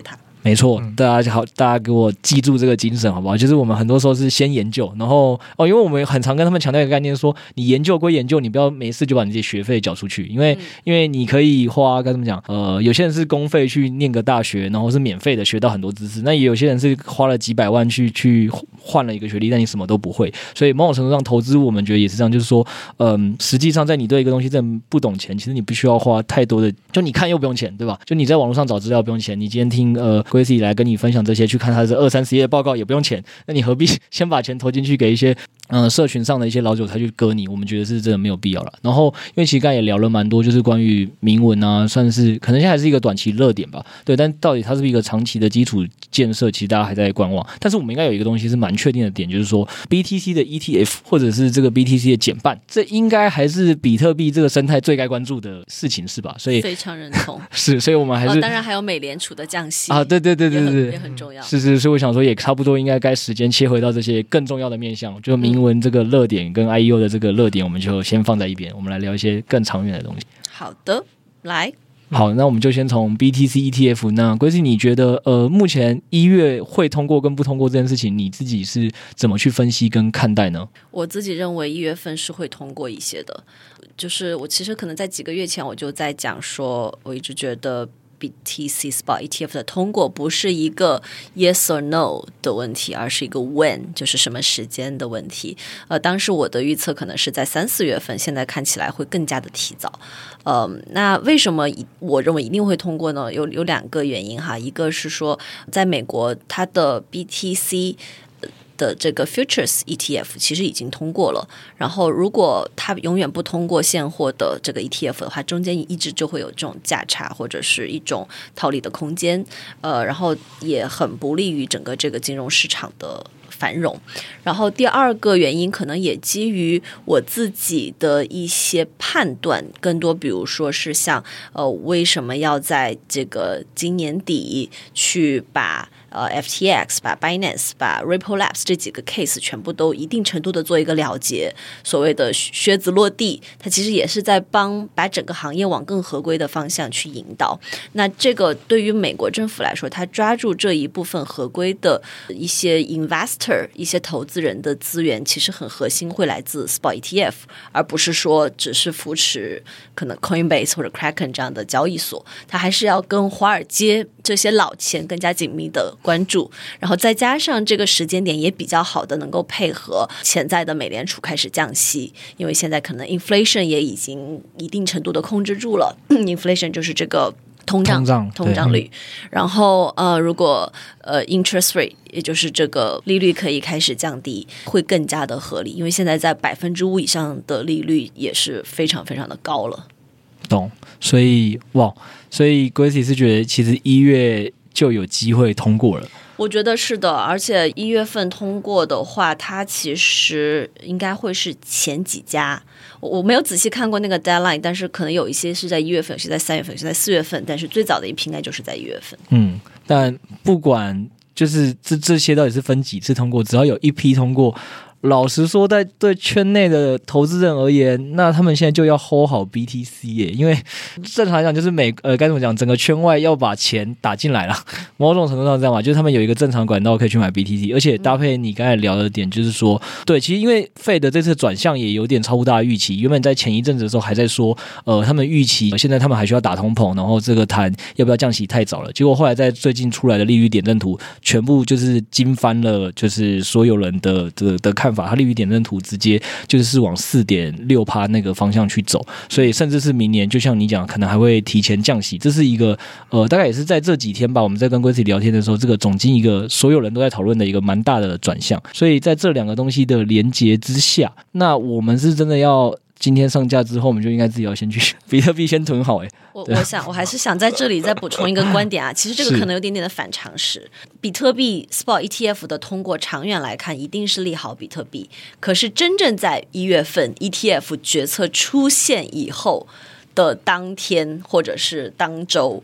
没错，大家好，大家给我记住这个精神好不好？就是我们很多时候是先研究，然后哦，因为我们很常跟他们强调一个概念说，你研究归研究，你不要没事就把你自己学费缴出去，因为、嗯、因为你可以花该怎么讲，呃，有些人是公费去念个大学，然后是免费的学到很多知识，那也有些人是花了几百万去去换了一个学历，但你什么都不会，所以某种程度上投资我们觉得也是这样，就是说，嗯、呃，实际上在你对一个东西真的不懂钱，其实你不需要花太多的，就你看又不用钱，对吧？就你在网络上找资料不用钱，你今天听呃。Gracie 来跟你分享这些，去看他的二三十页的报告也不用钱，那你何必先把钱投进去给一些呃社群上的一些老韭菜去割你？我们觉得是真的没有必要了。然后因为其实刚才也聊了蛮多，就是关于铭文啊，算是可能现在还是一个短期热点吧，对，但到底它是不是一个长期的基础建设，其实大家还在观望。但是我们应该有一个东西是蛮确定的点，就是说 B T C 的 E T F 或者是这个 B T C 的减半，这应该还是比特币这个生态最该关注的事情，是吧？所以非常认同。 是，所以我们还是、 哦、当然还有美联储的降息啊，对对对对对对， 也很重要。 是是，所以我想说也差不多应该该时间切回到这些更重要的面向，就铭文这个热点跟 I E O 的这个热点，我们就先放在一边，我们来聊一些更长远的东西。 好的，来。 好，那我们就先从 B T C E T F。那Gracie，你觉得呃，目前一月会通过跟不通过这件事情，你自己是怎么去分析跟看待呢？ 我自己认为一月份是会通过一些的，就是我其实可能在几个月前我就在讲说，我一直觉得B T C Spot E T F 的通过不是一个 yes or no 的问题，而是一个 when， 就是什么时间的问题。呃，当时我的预测可能是在三四月份，现在看起来会更加的提早。呃，那为什么我认为一定会通过呢？有有两个原因哈，一个是说在美国它的 B T C的这个 Futures E T F 其实已经通过了，然后如果它永远不通过现货的这个 E T F 的话，中间一直就会有这种价差或者是一种套利的空间，呃，然后也很不利于整个这个金融市场的繁荣。然后第二个原因可能也基于我自己的一些判断，更多比如说是像呃为什么要在这个今年底去把呃 F T X 把 Binance 把 Ripple Labs 这几个 case 全部都一定程度的做一个了结，所谓的靴子落地，它其实也是在帮把整个行业往更合规的方向去引导。那这个对于美国政府来说，它抓住这一部分合规的一些 investor 一些投资人的资源，其实很核心会来自 Spot E T F， 而不是说只是扶持可能 Coinbase 或者 Kraken 这样的交易所，它还是要跟华尔街这些老钱更加紧密的关注，然后再加上这个时间点也比较好的能够配合潜在的美联储开始降息，因为现在可能 inflation 也已经一定程度的控制住了inflation 就是这个通胀通胀通胀率，然后呃，如果呃 interest rate 也就是这个利率可以开始降低，会更加的合理，因为现在在百分之五以上的利率也是非常非常的高了。 懂，所以哇，所以 Gracie 是觉得其实一月就有机会通过了。 我觉得是的，而且一月份通过的话，它其实应该会是前几家。我没有仔细看过那个 deadline， 但是可能有一些是在一月份，有些在三月份，有些在四月份，但是最早的一批应该就是在一月份。 嗯，但不管就是这这些到底是分几次通过，只要有一批通过。老实说，在对圈内的投资人而言，那他们现在就要 hold 好 B T C 耶，因为正常来讲就是美呃该怎么讲，整个圈外要把钱打进来了，某种程度上这样嘛，就是他们有一个正常管道可以去买 B T C， 而且搭配你刚才聊的点，就是说，对，其实因为 Fed 这次转向也有点超乎大家预期，原本在前一阵子的时候还在说，呃，他们预期现在他们还需要打通膨，然后这个谈要不要降息太早了，结果后来在最近出来的利率点阵图，全部就是惊翻了，就是所有人的的的看法。它利率点阵图直接就是往 四点六 那个方向去走，所以甚至是明年就像你讲可能还会提前降息，这是一个呃大概也是在这几天吧，我们在跟 Gracie 聊天的时候，这个总经一个所有人都在讨论的一个蛮大的转向，所以在这两个东西的连结之下，那我们是真的要今天上架之后，我们就应该自己要先去比特币先囤好哎。 我我想我还是想在这里再补充一个观点啊，其实这个可能有点点的反常识。比特币 Spot E T F 的通过，长远来看一定是利好比特币，可是真正在一月份 E T F 决策出现以后的当天或者是当周，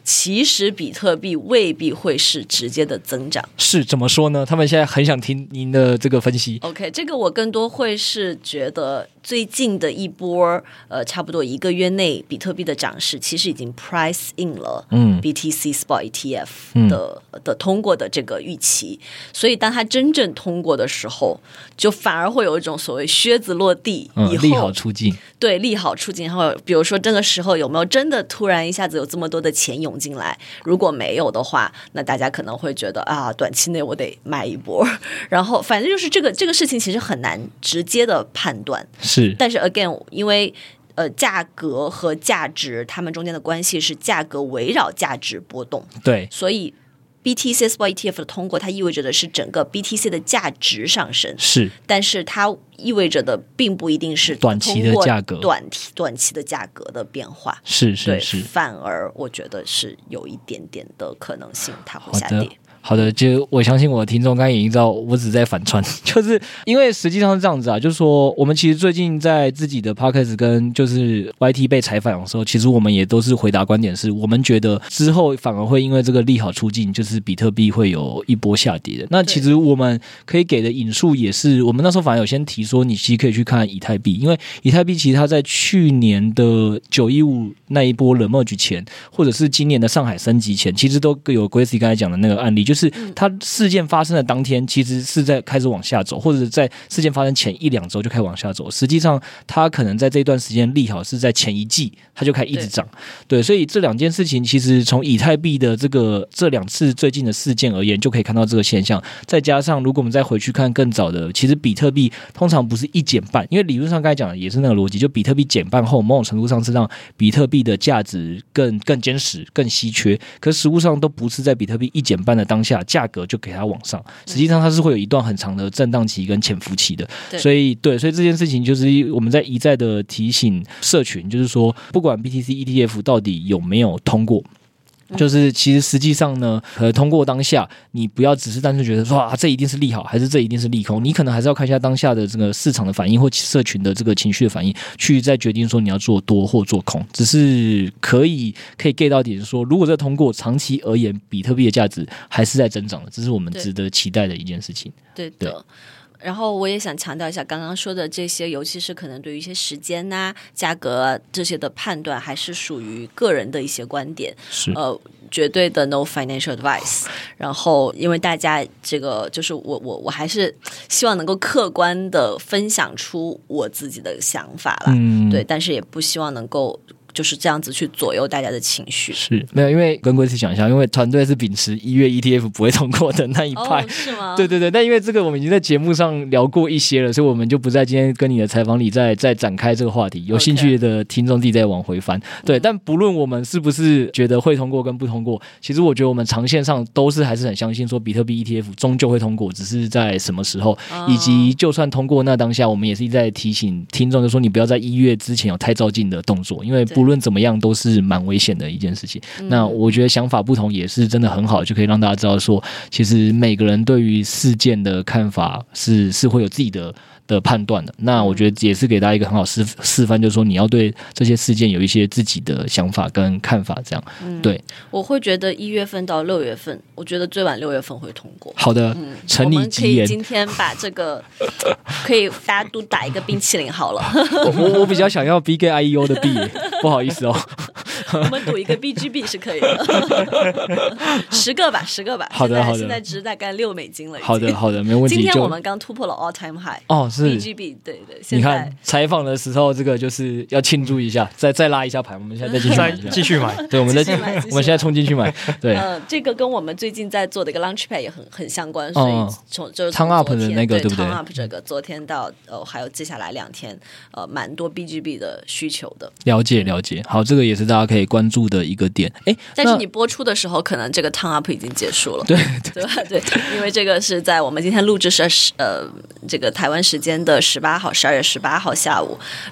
其实比特币未必会是直接的增长。 是怎么说呢？他们现在很想听您的这个分析。 OK， 这个我更多会是觉得最近的一波呃，差不多一个月内比特币的涨势其实已经 price in 了嗯 B T C Spot E T F 的、 嗯、 的通过的这个预期，所以当它真正通过的时候，就反而会有一种所谓靴子落地以后、 嗯、利好出尽。 对，利好出尽。然后比如说这个时候有没有真的突然一下子有这么多的钱涌进来，如果没有的话，那大家可能会觉得啊，短期内我得买一波。然后反正就是这个这个事情其实很难直接的判断。 是， 但是 again 因为呃，价格和价值它们中间的关系是价格围绕价值波动， 对， 所以 B T C Spot E T F 的通过，它意味着的是整个 B T C 的价值上升， 是， 但是它意味着的并不一定是短期的价格， 短期短期的价格的变化， 是是是， 反而我觉得是有一点点的可能性它会下跌。 好的，就我相信我的听众刚才已经知道我只是在反串，就是因为实际上是这样子啊，就是说我们其实最近在自己的 podcast 跟就是 Y T 被采访的时候，其实我们也都是回答观点是，我们觉得之后反而会因为这个利好出尽，就是比特币会有一波下跌的。那其实我们可以给的引述也是，我们那时候反而有先提说，你其实可以去看以太币，因为以太币其实它在去年的九一五那一波 merge 前，或者是今年的上海升级前，其实都有 Gracie 刚才讲的那个案例，就是它事件发生的当天其实是在开始往下走，或者在事件发生前一两周就开始往下走，实际上它可能在这段时间利好是在前一季它就开始一直涨。 对, 对，所以这两件事情其实从以太币的这个这两次最近的事件而言就可以看到这个现象，再加上如果我们再回去看更早的，其实比特币通常不是一减半，因为理论上刚才讲的也是那个逻辑，就比特币减半后某种程度上是让比特币的价值更更坚实更稀缺，可是实务上都不是在比特币一减半的当下价格就给它往上，实际上它是会有一段很长的震荡期跟潜伏期的。所以对，所以这件事情就是我们在一再的提醒社群，就是说不管 B T C E T F 到底有没有通过，就是其实实际上呢，呃，通过当下，你不要只是单纯觉得说啊，这一定是利好，还是这一定是利空，你可能还是要看一下当下的这个市场的反应或社群的这个情绪的反应，去再决定说你要做多或做空。只是可以可以 get 到点说，如果这通过，长期而言，比特币的价值还是在增长的，这是我们值得期待的一件事情。 对的。对，然后我也想强调一下，刚刚说的这些，尤其是可能对于一些时间呐、啊、价格、啊、这些的判断，还是属于个人的一些观点， 是呃，绝对的 no financial advice。然后，因为大家这个就是我我我还是希望能够客观的分享出我自己的想法啦，嗯，对，但是也不希望能够就是这样子去左右大家的情绪。 是没有，因为跟Gracie讲一下，因为团队是秉持一月 E T F 不会通过的那一派， 哦，是吗？ 对对对，但因为这个我们已经在节目上聊过一些了，所以我们就不在今天跟你的采访里再再展开这个话题。有兴趣的听众自己再往回翻。Okay. 对，但不论我们是不是觉得会通过跟不通过，其实我觉得我们长线上都是还是很相信说比特币 E T F 终究会通过，只是在什么时候，哦，以及就算通过那当下，我们也是一直在提醒听众，就说你不要在一月之前有太照进的动作，因为不论怎么样都是蛮危险的一件事情。那我觉得想法不同也是真的很好，就可以让大家知道说，其实每个人对于事件的看法是是会有自己的的判断的。那我觉得也是给大家一个很好示示范，就是说你要对这些事件有一些自己的想法跟看法，这样。嗯，对， 我会觉得一月份到六月份，我觉得最晚六月份会通过。 好的， 嗯， 承你吉言。 我们可以今天把这个可以大家都打一个冰淇淋好了。 我我比较想要 B G I E O 的币，不好意思哦。 我们赌一个 B G B 是可以的，十个吧，十个吧。 好的，好的。 现在值大概六美金了。 好的，好的，没问题。 今天我们刚突破了 all time high。哦， 是 B G B， 对对。 你看采访的时候，这个就是要庆祝一下，再再拉一下盘。我们现在再继续买， 继续买。 对，我们再我们现在冲进去买。对， 呃，这个跟我们最近在做的一个 Launchpad 也很很相关，所以从就是 Turn Up 的那个对不对 ？Turn Up 这个昨天到呃还有接下来两天，呃，蛮多 B G B 的需求的。 了解了解，好，这个也是大家可以关注的一个点。哎， 但是你播出的时候，可能这个 Turn Up 已经结束了， 对对吧？对，因为这个是在我们今天录制是呃这个台湾时间的十八号，十二月十八号下午，然后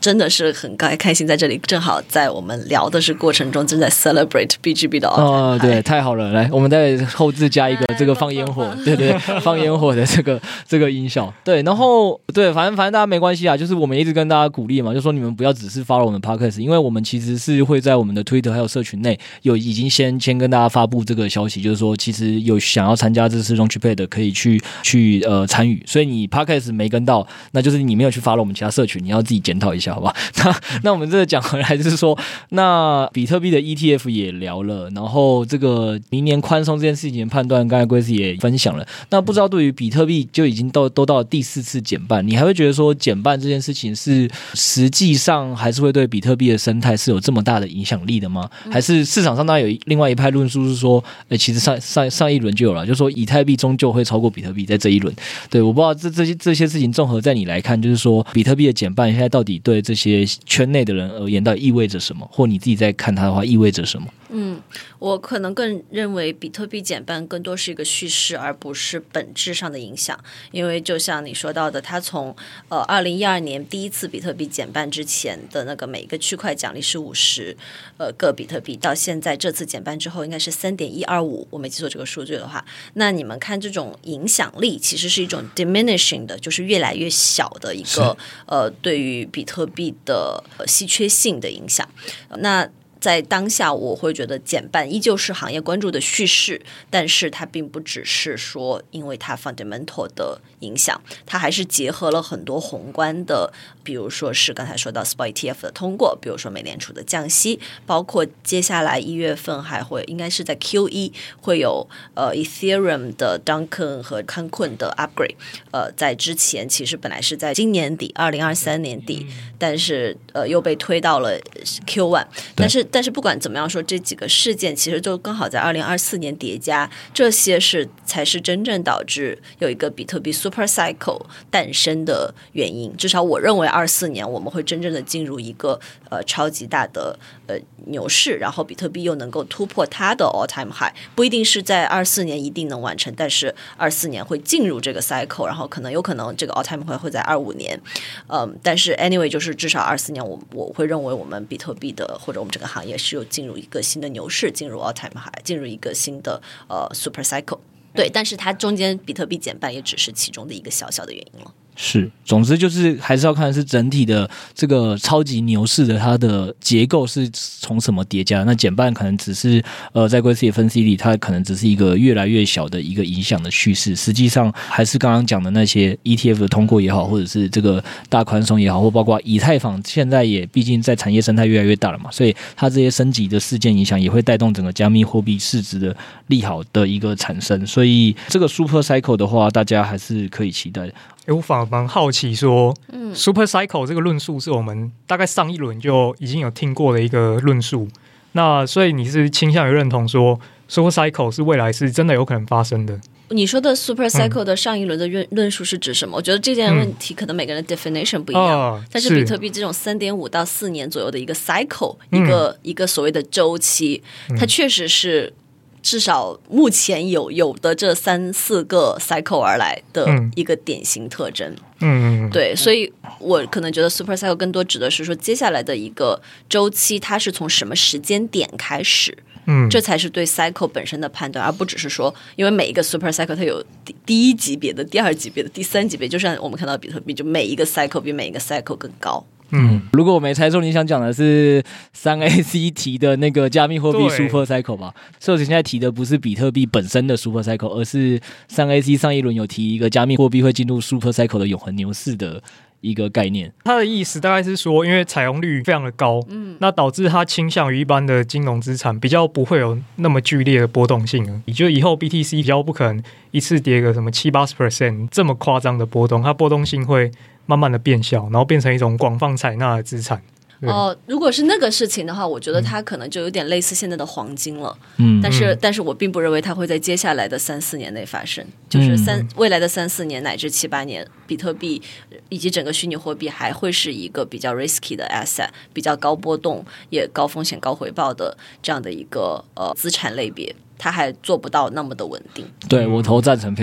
真的是很开心，在这里正好在我们聊的是过程中正在 celebrate B G B 的 all time high。哦， 对，太好了，来，我们再后置加一个这个放烟火，对对，放烟火的这个这个音效，对，然后对，反正反正大家没关系啊，就是我们一直跟大家鼓励嘛，就说你们不要只是 follow 我们 podcast， 因为我们其实是会在我们的 Twitter 还有社群内有已经先先跟大家发布这个消息，就是说其实有想要参加这次 Launchpad 的可以去去呃参与，所以你 podcast 没跟到，那就是你没有去 follow 我们其他社群，你要自己检讨一下，好吧？那那我们这个讲回来就是说，那比特币的 E T F 也聊了，然后这个明年宽松这件事情的判断，刚才 Grace 也分享了。那不知道对于比特币就已经都都到了第四次减半，你还会觉得说减半这件事情是实际上还是会对比特币的生态是有这么大的影响力的吗？还是市场上当然有另外一派论述是说，欸、其实上上上一轮就有了，就是说以太币终究会超过比特币在这一轮。对，我不知道这这些这些事情综合在你来看，就是说比特币的减半现在到底对这些圈内的人而言到底意味着什么，或你自己在看它的话意味着什么？ 嗯，我可能更认为比特币减半更多是一个叙事，而不是本质上的影响。因为就像你说到的，它从呃二零一二年第一次比特币减半之前的那个每一个区块奖励是五十呃个比特币，到现在这次减半之后应该是三点一二五，我没记错这个数据的话，那你们看这种影响力其实是一种 diminishing 的，就是越来越小的一个呃对于比特币的、呃、稀缺性的影响。那在当下我会觉得减半依旧是行业关注的叙事，但是它并不只是说因为它 fundamental 的影响，它还是结合了很多宏观的，比如说是刚才说到 Spot E T F 的通过，比如说美联储的降息，包括接下来一月份还会应该是在 Q 一 会有呃 Ethereum 的 Duncan 和 Cancun 的 upgrade， 呃，在之前其实本来是在今年底二零二三年底，但是呃又被推到了 Q 一， 但是但是不管怎么样说，这几个事件其实就刚好在二零二四年叠加，这些是才是真正导致有一个比特币 super cycle 诞生的原因。至少我认为二四年我们会真正的进入一个呃超级大的呃牛市，然后比特币又能够突破它的 all time high， 不一定是在二四年一定能完成，但是二四年会进入这个 cycle， 然后可能有可能这个 all time high 会在二五年，嗯，但是 anyway 就是至少二四年我我会认为我们比特币的或者我们这个行业是有进入一个新的牛市，进入 all time high， 进入一个新的呃 super cycle。对，但是它中间比特币减半也只是其中的一个小小的原因了。 是，总之就是还是要看是整体的这个超级牛市的它的结构是从什么叠加。那减半可能只是呃在Grace的分析里，它可能只是一个越来越小的一个影响的叙事。实际上还是刚刚讲的那些 E T F 的通过也好，或者是这个大宽松也好，或包括以太坊现在也毕竟在产业生态越来越大了嘛，所以它这些升级的事件影响也会带动整个加密货币市值的利好的一个产生。所以这个 super cycle 的话，大家还是可以期待的。 欸、我反而蛮好奇说，嗯 ，super cycle 这个论述是我们大概上一轮就已经有听过的一个论述。那所以你是倾向于认同说 super cycle 是未来是真的有可能发生的？ 你说的 super cycle 的上一轮的论述是指什么？嗯、我觉得这件问题可能每个人的 definition 不一样，哦、但是比特币这种三点五到四年左右的一个 cycle，、嗯、一个一个所谓的周期，它确实是。至少目前有有的这三四个 cycle 而来的一个典型特征，嗯，对，所以我可能觉得 super cycle 更多指的是说接下来的一个周期，它是从什么时间点开始，嗯，这才是对 cycle 本身的判断，而不只是说，因为每一个 super cycle 它有第一级别的、第二级别的、第三级别，就像我们看到比特币，就每一个 cycle 比每一个 cycle 更高。 嗯，如果我没猜错，你想讲的是三 A C 提的那个加密货币 Super Cycle 吧？所以我现在提的不是比特币本身的 Super Cycle， 而是三 A C 上一轮有提一个加密货币会进入 Super Cycle 的永恒牛市的一个概念。 它的意思大概是说，因为采用率非常的高，嗯，那导致它倾向于一般的金融资产比较不会有那么剧烈的波动性了。也就以后 B T C 比较不可能一次跌个什么七八十 percent 这么夸张的波动，它波动性会慢慢的变小，然后变成一种广泛采纳的资产。 哦、呃，如果是那个事情的话，我觉得它可能就有点类似现在的黄金了。嗯，但是，但是我并不认为它会在接下来的三四年内发生，就是三、嗯、未来的三四年乃至七八年，比特币以及整个虚拟货币还会是一个比较 risky 的 asset， 比较高波动也高风险高回报的这样的一个呃资产类别。它还做不到那么的稳定。 对，我投赞成票。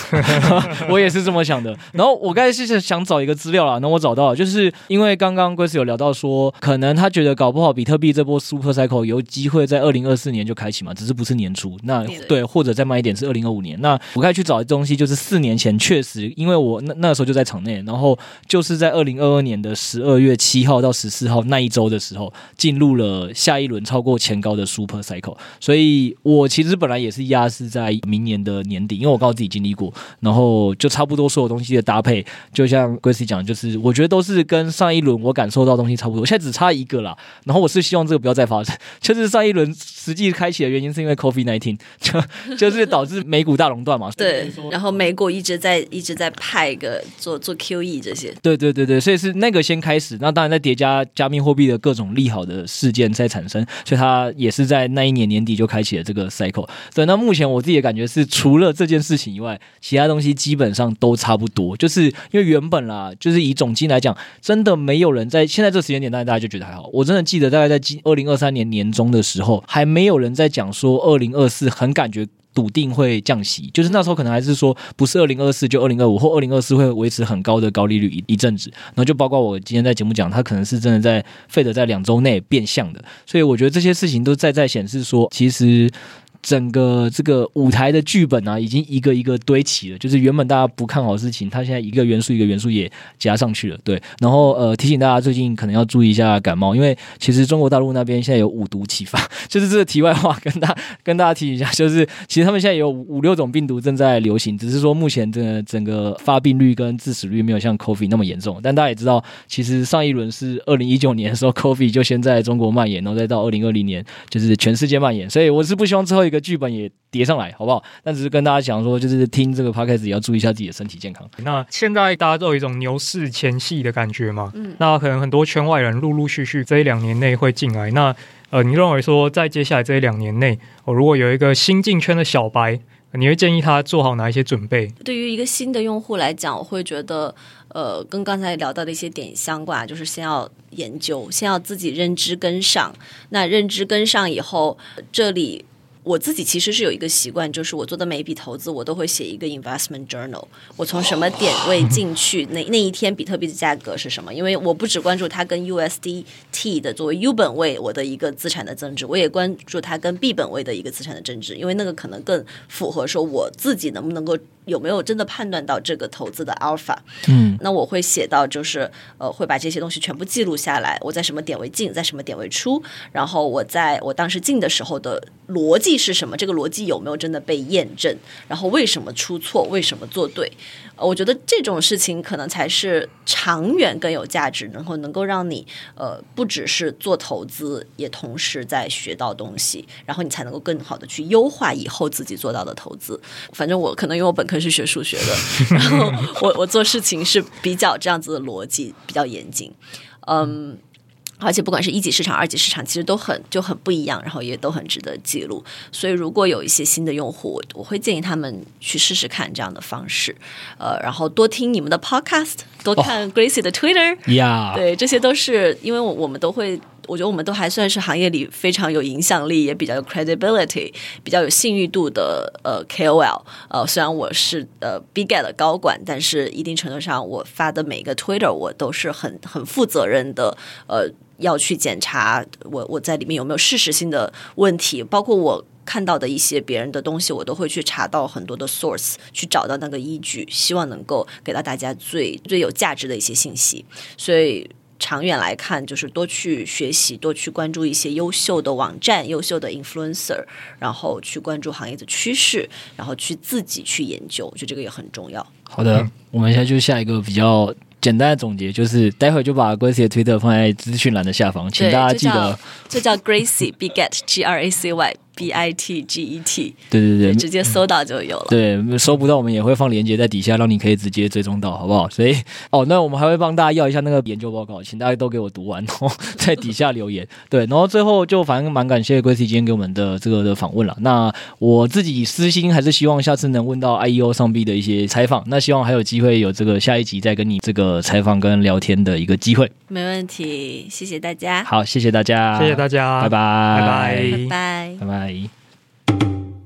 我也是这么想的。然后我刚才是想找一个资料啦，然后我找到了，就是因为刚刚 Grace 有聊到说，可能他觉得搞不好比特币这波 Super Cycle 有机会在二零二四年就开启嘛，只是不是年初。那对，或者再慢一点是二零二五年。那我开始去找的东西，就是四年前确实，因为我那那时候就在场内，然后就是在二零二二年的十二月七号到十四号那一周的时候，进入了下一轮超过前高的 Super Cycle。所以我其实本来也是压是在明年的年底，因为我刚好自己经历过，然后就差不多所有东西的搭配，就像 Gracie 讲，就是我觉得都是跟上一轮我感受到的东西差不多。现在只差一个啦，然后我是希望这个不要再发生。就是上一轮实际开启的原因是因为 COVID 十九， 就就是导致美股大垄断嘛。 对，然后美股一直在一直在派一个做做 Q E 这些。 对对对对，所以是那个先开始，那当然在叠加加密货币的各种利好的事件在产生，所以它也是在那一年年底就开启了这个 cycle。对，那目前我自己的感觉是，除了这件事情以外，其他东西基本上都差不多。就是因为原本啦，就是以总金来讲，真的没有人在现在这个时间点，大家就觉得还好。我真的记得大概在二零二三年年中的时候，还没有人在讲说二零二四很感觉笃定会降息，就是那时候可能还是说不是二零二四就二零二五，或二零二四会维持很高的高利率 一, 一阵子，然后就包括我今天在节目讲，它可能是真的在Fed在两周内变相的，所以我觉得这些事情都在在显示说，其实整个这个舞台的剧本啊，已经一个一个堆齐了。就是原本大家不看好的事情，它现在一个元素一个元素也加上去了。对，然后呃提醒大家最近可能要注意一下感冒，因为其实中国大陆那边现在有五毒齐发，就是这个题外话跟大跟大家提醒一下，就是其实他们现在有五六种病毒正在流行，只是说目前的整个发病率跟致死率没有像 COVID 那么严重。但大家也知道，其实上一轮是二零一九年的时候 COVID 就先在中国蔓延，然后再到二零二零年就是全世界蔓延，所以我是不希望最后一个剧本也叠上来，好不好？但只是跟大家讲说，就是听这个 podcast 也要注意一下自己的身体健康。 那现在大家都有一种牛市前戏的感觉嘛，嗯，那可能很多圈外人陆陆续续这一两年内会进来。那呃，你认为说在接下来这一两年内，哦，如果有一个新进圈的小白，你会建议他做好哪一些准备？ 对于一个新的用户来讲，我会觉得，呃，跟刚才聊到的一些点相关，就是先要研究，先要自己认知跟上。那认知跟上以后，这里我自己其实是有一个习惯，就是我做的每一笔投资，我都会写一个 investment journal。我从什么点位进去，那那一天比特币的价格是什么？因为我不只关注它跟 U S D T 的作为 U 本位我的一个资产的增值，我也关注它跟 B 本位的一个资产的增值，因为那个可能更符合说我自己能不能够有没有真的判断到这个投资的 alpha。嗯，那我会写到就是呃会把这些东西全部记录下来，我在什么点位进，在什么点位出，然后我在我当时进的时候的逻辑是什么，这个逻辑有没有真的被验证，然后为什么出错，为什么做对。呃、我觉得这种事情可能才是长远更有价值，然后能够让你呃不只是做投资，也同时在学到东西，然后你才能够更好的去优化以后自己做到的投资。反正我可能因为我本科是学数学的，然后我我做事情是比较这样子的逻辑比较严谨，嗯。而且不管是一级市场、二级市场，其实都很就很不一样，然后也都很值得记录。所以如果有一些新的用户，我会建议他们去试试看这样的方式，呃，然后多听你们的 podcast， 多看 Gracie 的 Twitter，、oh. 对，这些都是因为我我们都会。我觉得我们都还算是行业里非常有影响力，也比较有 credibility， 比较有信誉度的呃 K O L。呃，虽然我是呃 Bigget 的高管，但是一定程度上，我发的每一个 Twitter 我都是很很负责任的，呃，要去检查我我在里面有没有事实性的问题，包括我看到的一些别人的东西，我都会去查到很多的 source， 去找到那个依据，希望能够给到大家最最有价值的一些信息。所以长远来看，就是多去学习，多去关注一些优秀的网站、优秀的 influencer， 然后去关注行业的趋势，然后去自己去研究，我觉得这个也很重要。 好的，嗯、我们现在就下一个比较简单的总结，就是待会就把 Gracie 的 Twitter 放在资讯栏的下方，请大家记得， 这叫 Gracie Bigget G R A C Y B I T G E T， 对对对， 直接搜到就有了。 对，搜不到我们也会放连结在底下，让你可以直接追踪到，好不好？所以哦，那我们还会帮大家要一下那个研究报告，请大家都给我读完哦，在底下留言。对，然后最后就反正蛮感谢 Gracie 今天给我们的这个的访问了。那我自己私心还是希望下次能问到 I E O 上币的一些采访，那希望还有机会有这个下一集再跟你这个采访跟聊天的一个机会。 没问题，谢谢大家。 好，谢谢大家， 谢谢大家， 拜拜， 拜拜， 拜拜， 拜拜。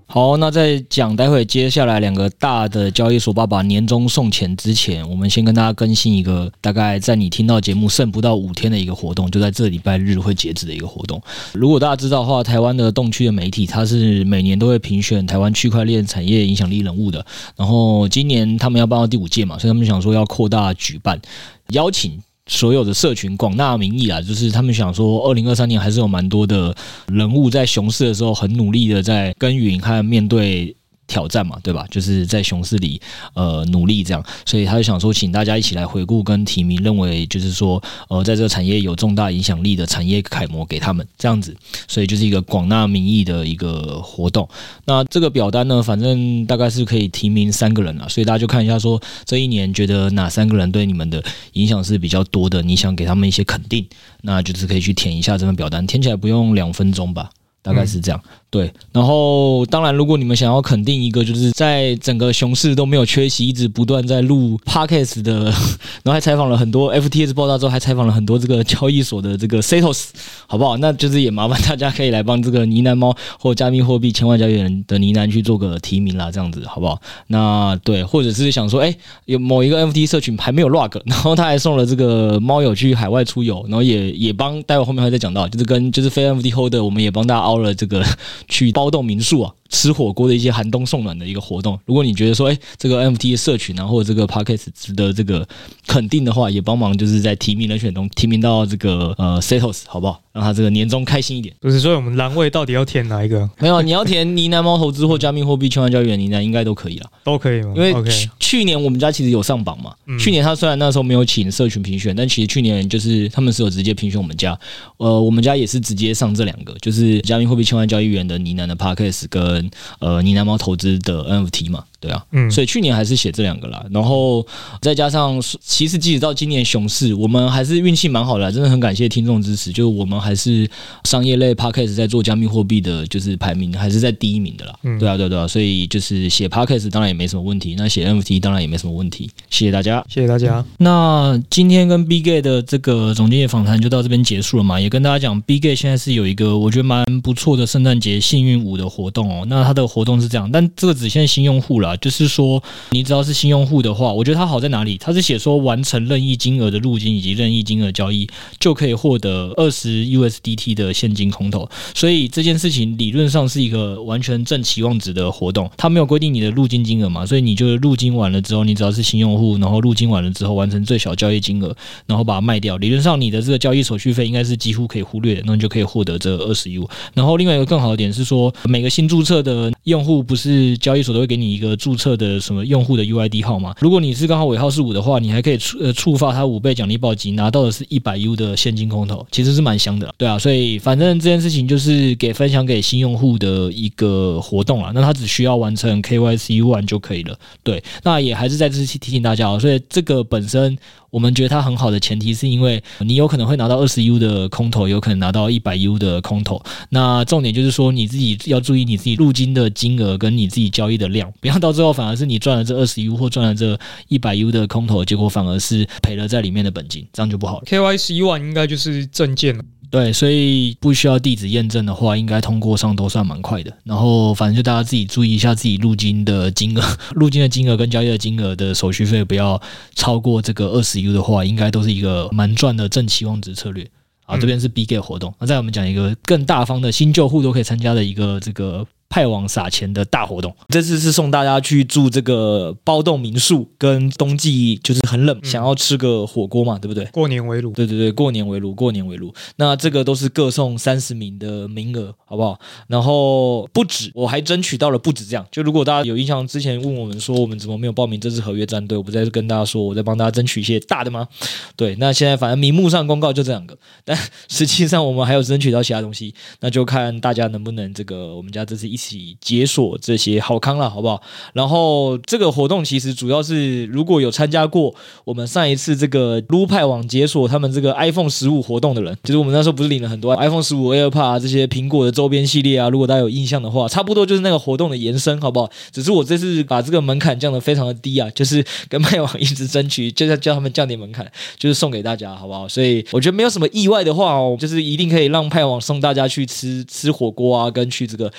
好，那在讲待会接下来两个大的交易所爸爸年终送钱之前，我们先跟大家更新一个大概在你听到节目剩不到五天的一个活动，就在这礼拜日会截止的一个活动。如果大家知道的话，台湾的动区的媒体它是每年都会评选台湾区块链产业影响力人物的，然后今年他们要办到第五届嘛，所以他们想说要扩大举办，邀请所有的社群广纳民意啊，就是他们想说二零二三年还是有蛮多的人物在熊市的时候很努力的在耕耘和面对挑战嘛，对吧？就是在熊市里呃努力这样，所以他就想说请大家一起来回顾跟提名，认为就是说呃在这个产业有重大影响力的产业楷模给他们这样子，所以就是一个广纳民意的一个活动。那这个表单呢，反正大概是可以提名三个人啦，所以大家就看一下说这一年觉得哪三个人对你们的影响是比较多的，你想给他们一些肯定，那就是可以去填一下这份表单，填起来不用两分钟吧。大概是这样，嗯、对。然后，当然，如果你们想要肯定一个，就是在整个熊市都没有缺席，一直不断在录 podcast 的，然后还采访了很多 F T X 爆炸之后，还采访了很多这个交易所的这个 Satos， 好不好？那就是也麻烦大家可以来帮这个呢喃猫或加密货币千万交易员的呢喃去做个提名啦，这样子好不好？那对，或者是想说，哎，有某一个 F T 社群还没有 log， 然后他还送了这个猫友去海外出游，然后也也帮，待会后面会再讲到，就是跟就是非 F T holder， 我们也帮大家。了这个去包栋民宿啊，吃火锅的一些寒冬送暖的一个活动。如果你觉得说，哎，这个 N F T 的社群啊，或者这个 Podcast 值得这个肯定的话，也帮忙就是在提名人选中提名到这个呃 Satos， 好不好？让他这个年终开心一点。 不是，所以我们栏位到底要填哪一个？ 没有，你要填呢喃猫投资或加密货币千万交易员呢喃应该都可以了， 都可以吗？ 因为 okay. 去年我们家其实有上榜嘛、嗯，去年他虽然那时候没有请社群评选，但其实去年就是他们是有直接评选我们家，呃，我们家也是直接上这两个，就是加密货币千万交易员的呢喃的 Podcast 跟呃呢喃猫投资的 N F T 嘛。对啊、嗯，所以去年还是写这两个啦，然后再加上其实即使到今年熊市，我们还是运气蛮好的啦，真的很感谢听众支持，就是我们还是商业类 podcast 在做加密货币的，就是排名还是在第一名的啦。嗯、对啊，对啊对啊，所以就是写 podcast 当然也没什么问题，那写 N F T 当然也没什么问题。谢谢大家， 谢谢大家。 那今天跟 Bigate 的这个总经理访谈就到这边结束了嘛，也跟大家讲 Bigate 现在是有一个我觉得蛮不错的圣诞节幸运舞的活动哦。那它的活动是这样，但这个只限新用户啦。就是说，你只要是新用户的话，我觉得它好在哪里？它是写说完成任意金额的入金以及任意金额交易，就可以获得二十 U S D T 的现金空投。所以这件事情理论上是一个完全正期望值的活动。它没有规定你的入金金额嘛，所以你就入金完了之后，你只要是新用户，然后入金完了之后完成最小交易金额，然后把它卖掉。理论上你的这个交易手续费应该是几乎可以忽略的，那你就可以获得这二十 U。然后另外一个更好的点是说，每个新注册的用户不是交易所都会给你一个注册的什么用户的 U I D 号吗？如果你是刚好尾号是五的话，你还可以触呃触发它五倍奖励暴击，拿到的是一百 U 的现金空投，其实是蛮香的啦，对啊，所以反正这件事情就是给分享给新用户的一个活动啦，那他只需要完成 K Y C 完就可以了，对，那也还是在这次提醒大家哦，所以这个本身我们觉得它很好的前提是因为你有可能会拿到二十 U 的空投，有可能拿到一百 U 的空投，那重点就是说你自己要注意你自己入金的金额跟你自己交易的量，不要到最后反而是你赚了这二十 U 或赚了这一百 U 的空投，结果反而是赔了在里面的本金，这样就不好了。 K Y C 完应该就是证件了， 对，所以不需要地址验证的话，应该通过上都算蛮快的。然后反正就大家自己注意一下自己入金的金额，入金的金额跟交易的金额的手续费不要超过这个二十 U 的话，应该都是一个蛮赚的正期望值策略。好，这边是 Bigate 活动。那再我们讲一个更大方的新旧户都可以参加的一个这个派网撒钱的大活动，这次是送大家去住这个包栋民宿，跟冬季就是很冷、嗯、想要吃个火锅嘛，对不对？ 过年围炉， 对对对，过年围炉，过年围炉。那这个都是各送三十名的名额，好不好？然后不止，我还争取到了不止这样。就如果大家有印象，之前问我们说我们怎么没有报名这次合约战队，我不再跟大家说我在帮大家争取一些大的吗？对，那现在反正名目上公告就这两个，但实际上我们还有争取到其他东西，那就看大家能不能这个我们家这次一一起解锁这些好康啦，好不好？然后这个活动其实主要是如果有参加过我们上一次这个撸派网解锁他们这个 iPhone 十五活动的人，就是我们那时候不是领了很多 iPhone 十五 AirPods 啊，这些苹果的周边系列啊，如果大家有印象的话，差不多就是那个活动的延伸，好不好？只是我这次把这个门槛降得非常的低啊，就是跟派网一直争取，就是叫他们降点门槛，就是送给大家，好不好？所以我觉得没有什么意外的话哦，就是一定可以让派网送大家去吃吃火锅啊，跟去这个包栋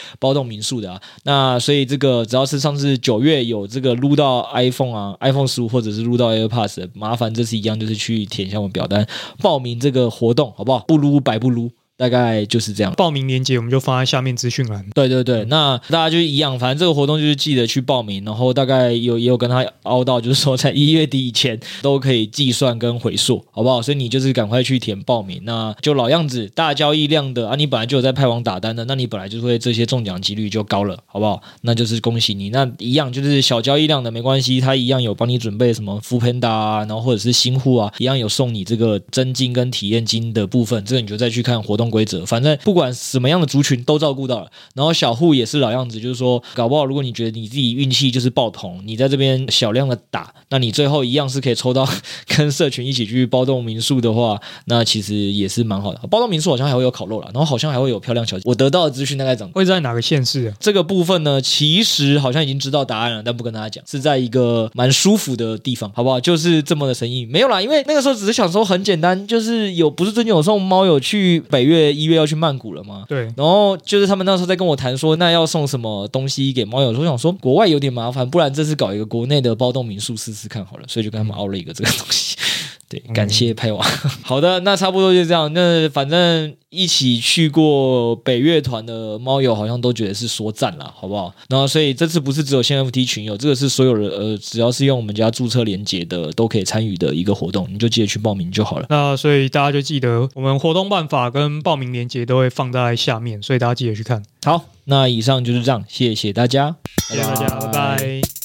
民宿的啊。那所以这个只要是上次九月有这个撸到 iPhone 啊 iPhone 十五或者是撸到 AirPods 的，麻烦这次一样就是去填一下我们表单报名这个活动好不好？不撸白不撸。大概就是这样， 报名链接我们就放在下面资讯栏。 对对对，那大家就一样，反正这个活动就是记得去报名，然后大概有也有跟他凹到，就是说在一月底以前都可以计算跟回溯，好不好？所以你就是赶快去填报名，那就老样子，大交易量的啊，你本来就有在派网打单的，那你本来就会这些中奖几率就高了，好不好？那就是恭喜你。那一样就是小交易量的没关系，他一样有帮你准备什么 Foodpanda 啊，然后或者是新户啊，一样有送你这个真金跟体验金的部分，这个你就再去看活动规则，反正。不管什么样的族群都照顾到了，然后小户也是老样子，就是说搞不好如果你觉得你自己运气就是爆桶，你在这边小量的打，那你最后一样是可以抽到跟社群一起去包栋民宿的话，那其实也是蛮好的。包栋民宿好像还会有烤肉啦，然后好像还会有漂亮小姐，我得到的资讯大概长会在哪个县市啊？ 这个部分呢，其实好像已经知道答案了，但不跟大家讲，是在一个蛮舒服的地方，好不好？就是这么的神秘，没有啦，因为那个时候只是想说很简单，就是有不是最近有送猫友去北月一月要去曼谷了吗？ 对， 然后就是他们那时候在跟我谈说，那要送什么东西给猫友，我想说国外有点麻烦，不然这次搞一个国内的包栋民宿试试看好了，所以就跟他们凹了一个这个东西。对，感谢派网。好的，那差不多就这样。那反正一起去过北乐团的猫友好像都觉得是说赞啦，好不好？然后所以这次不是只有 C N F T 群友，这个是所有人呃，只要是用我们家注册连结的都可以参与的一个活动，你就记得去报名就好了。 那所以大家就记得我们活动办法跟报名连结都会放在下面，所以大家记得去看。 好，那以上就是这样，谢谢大家， 谢谢大家，拜拜。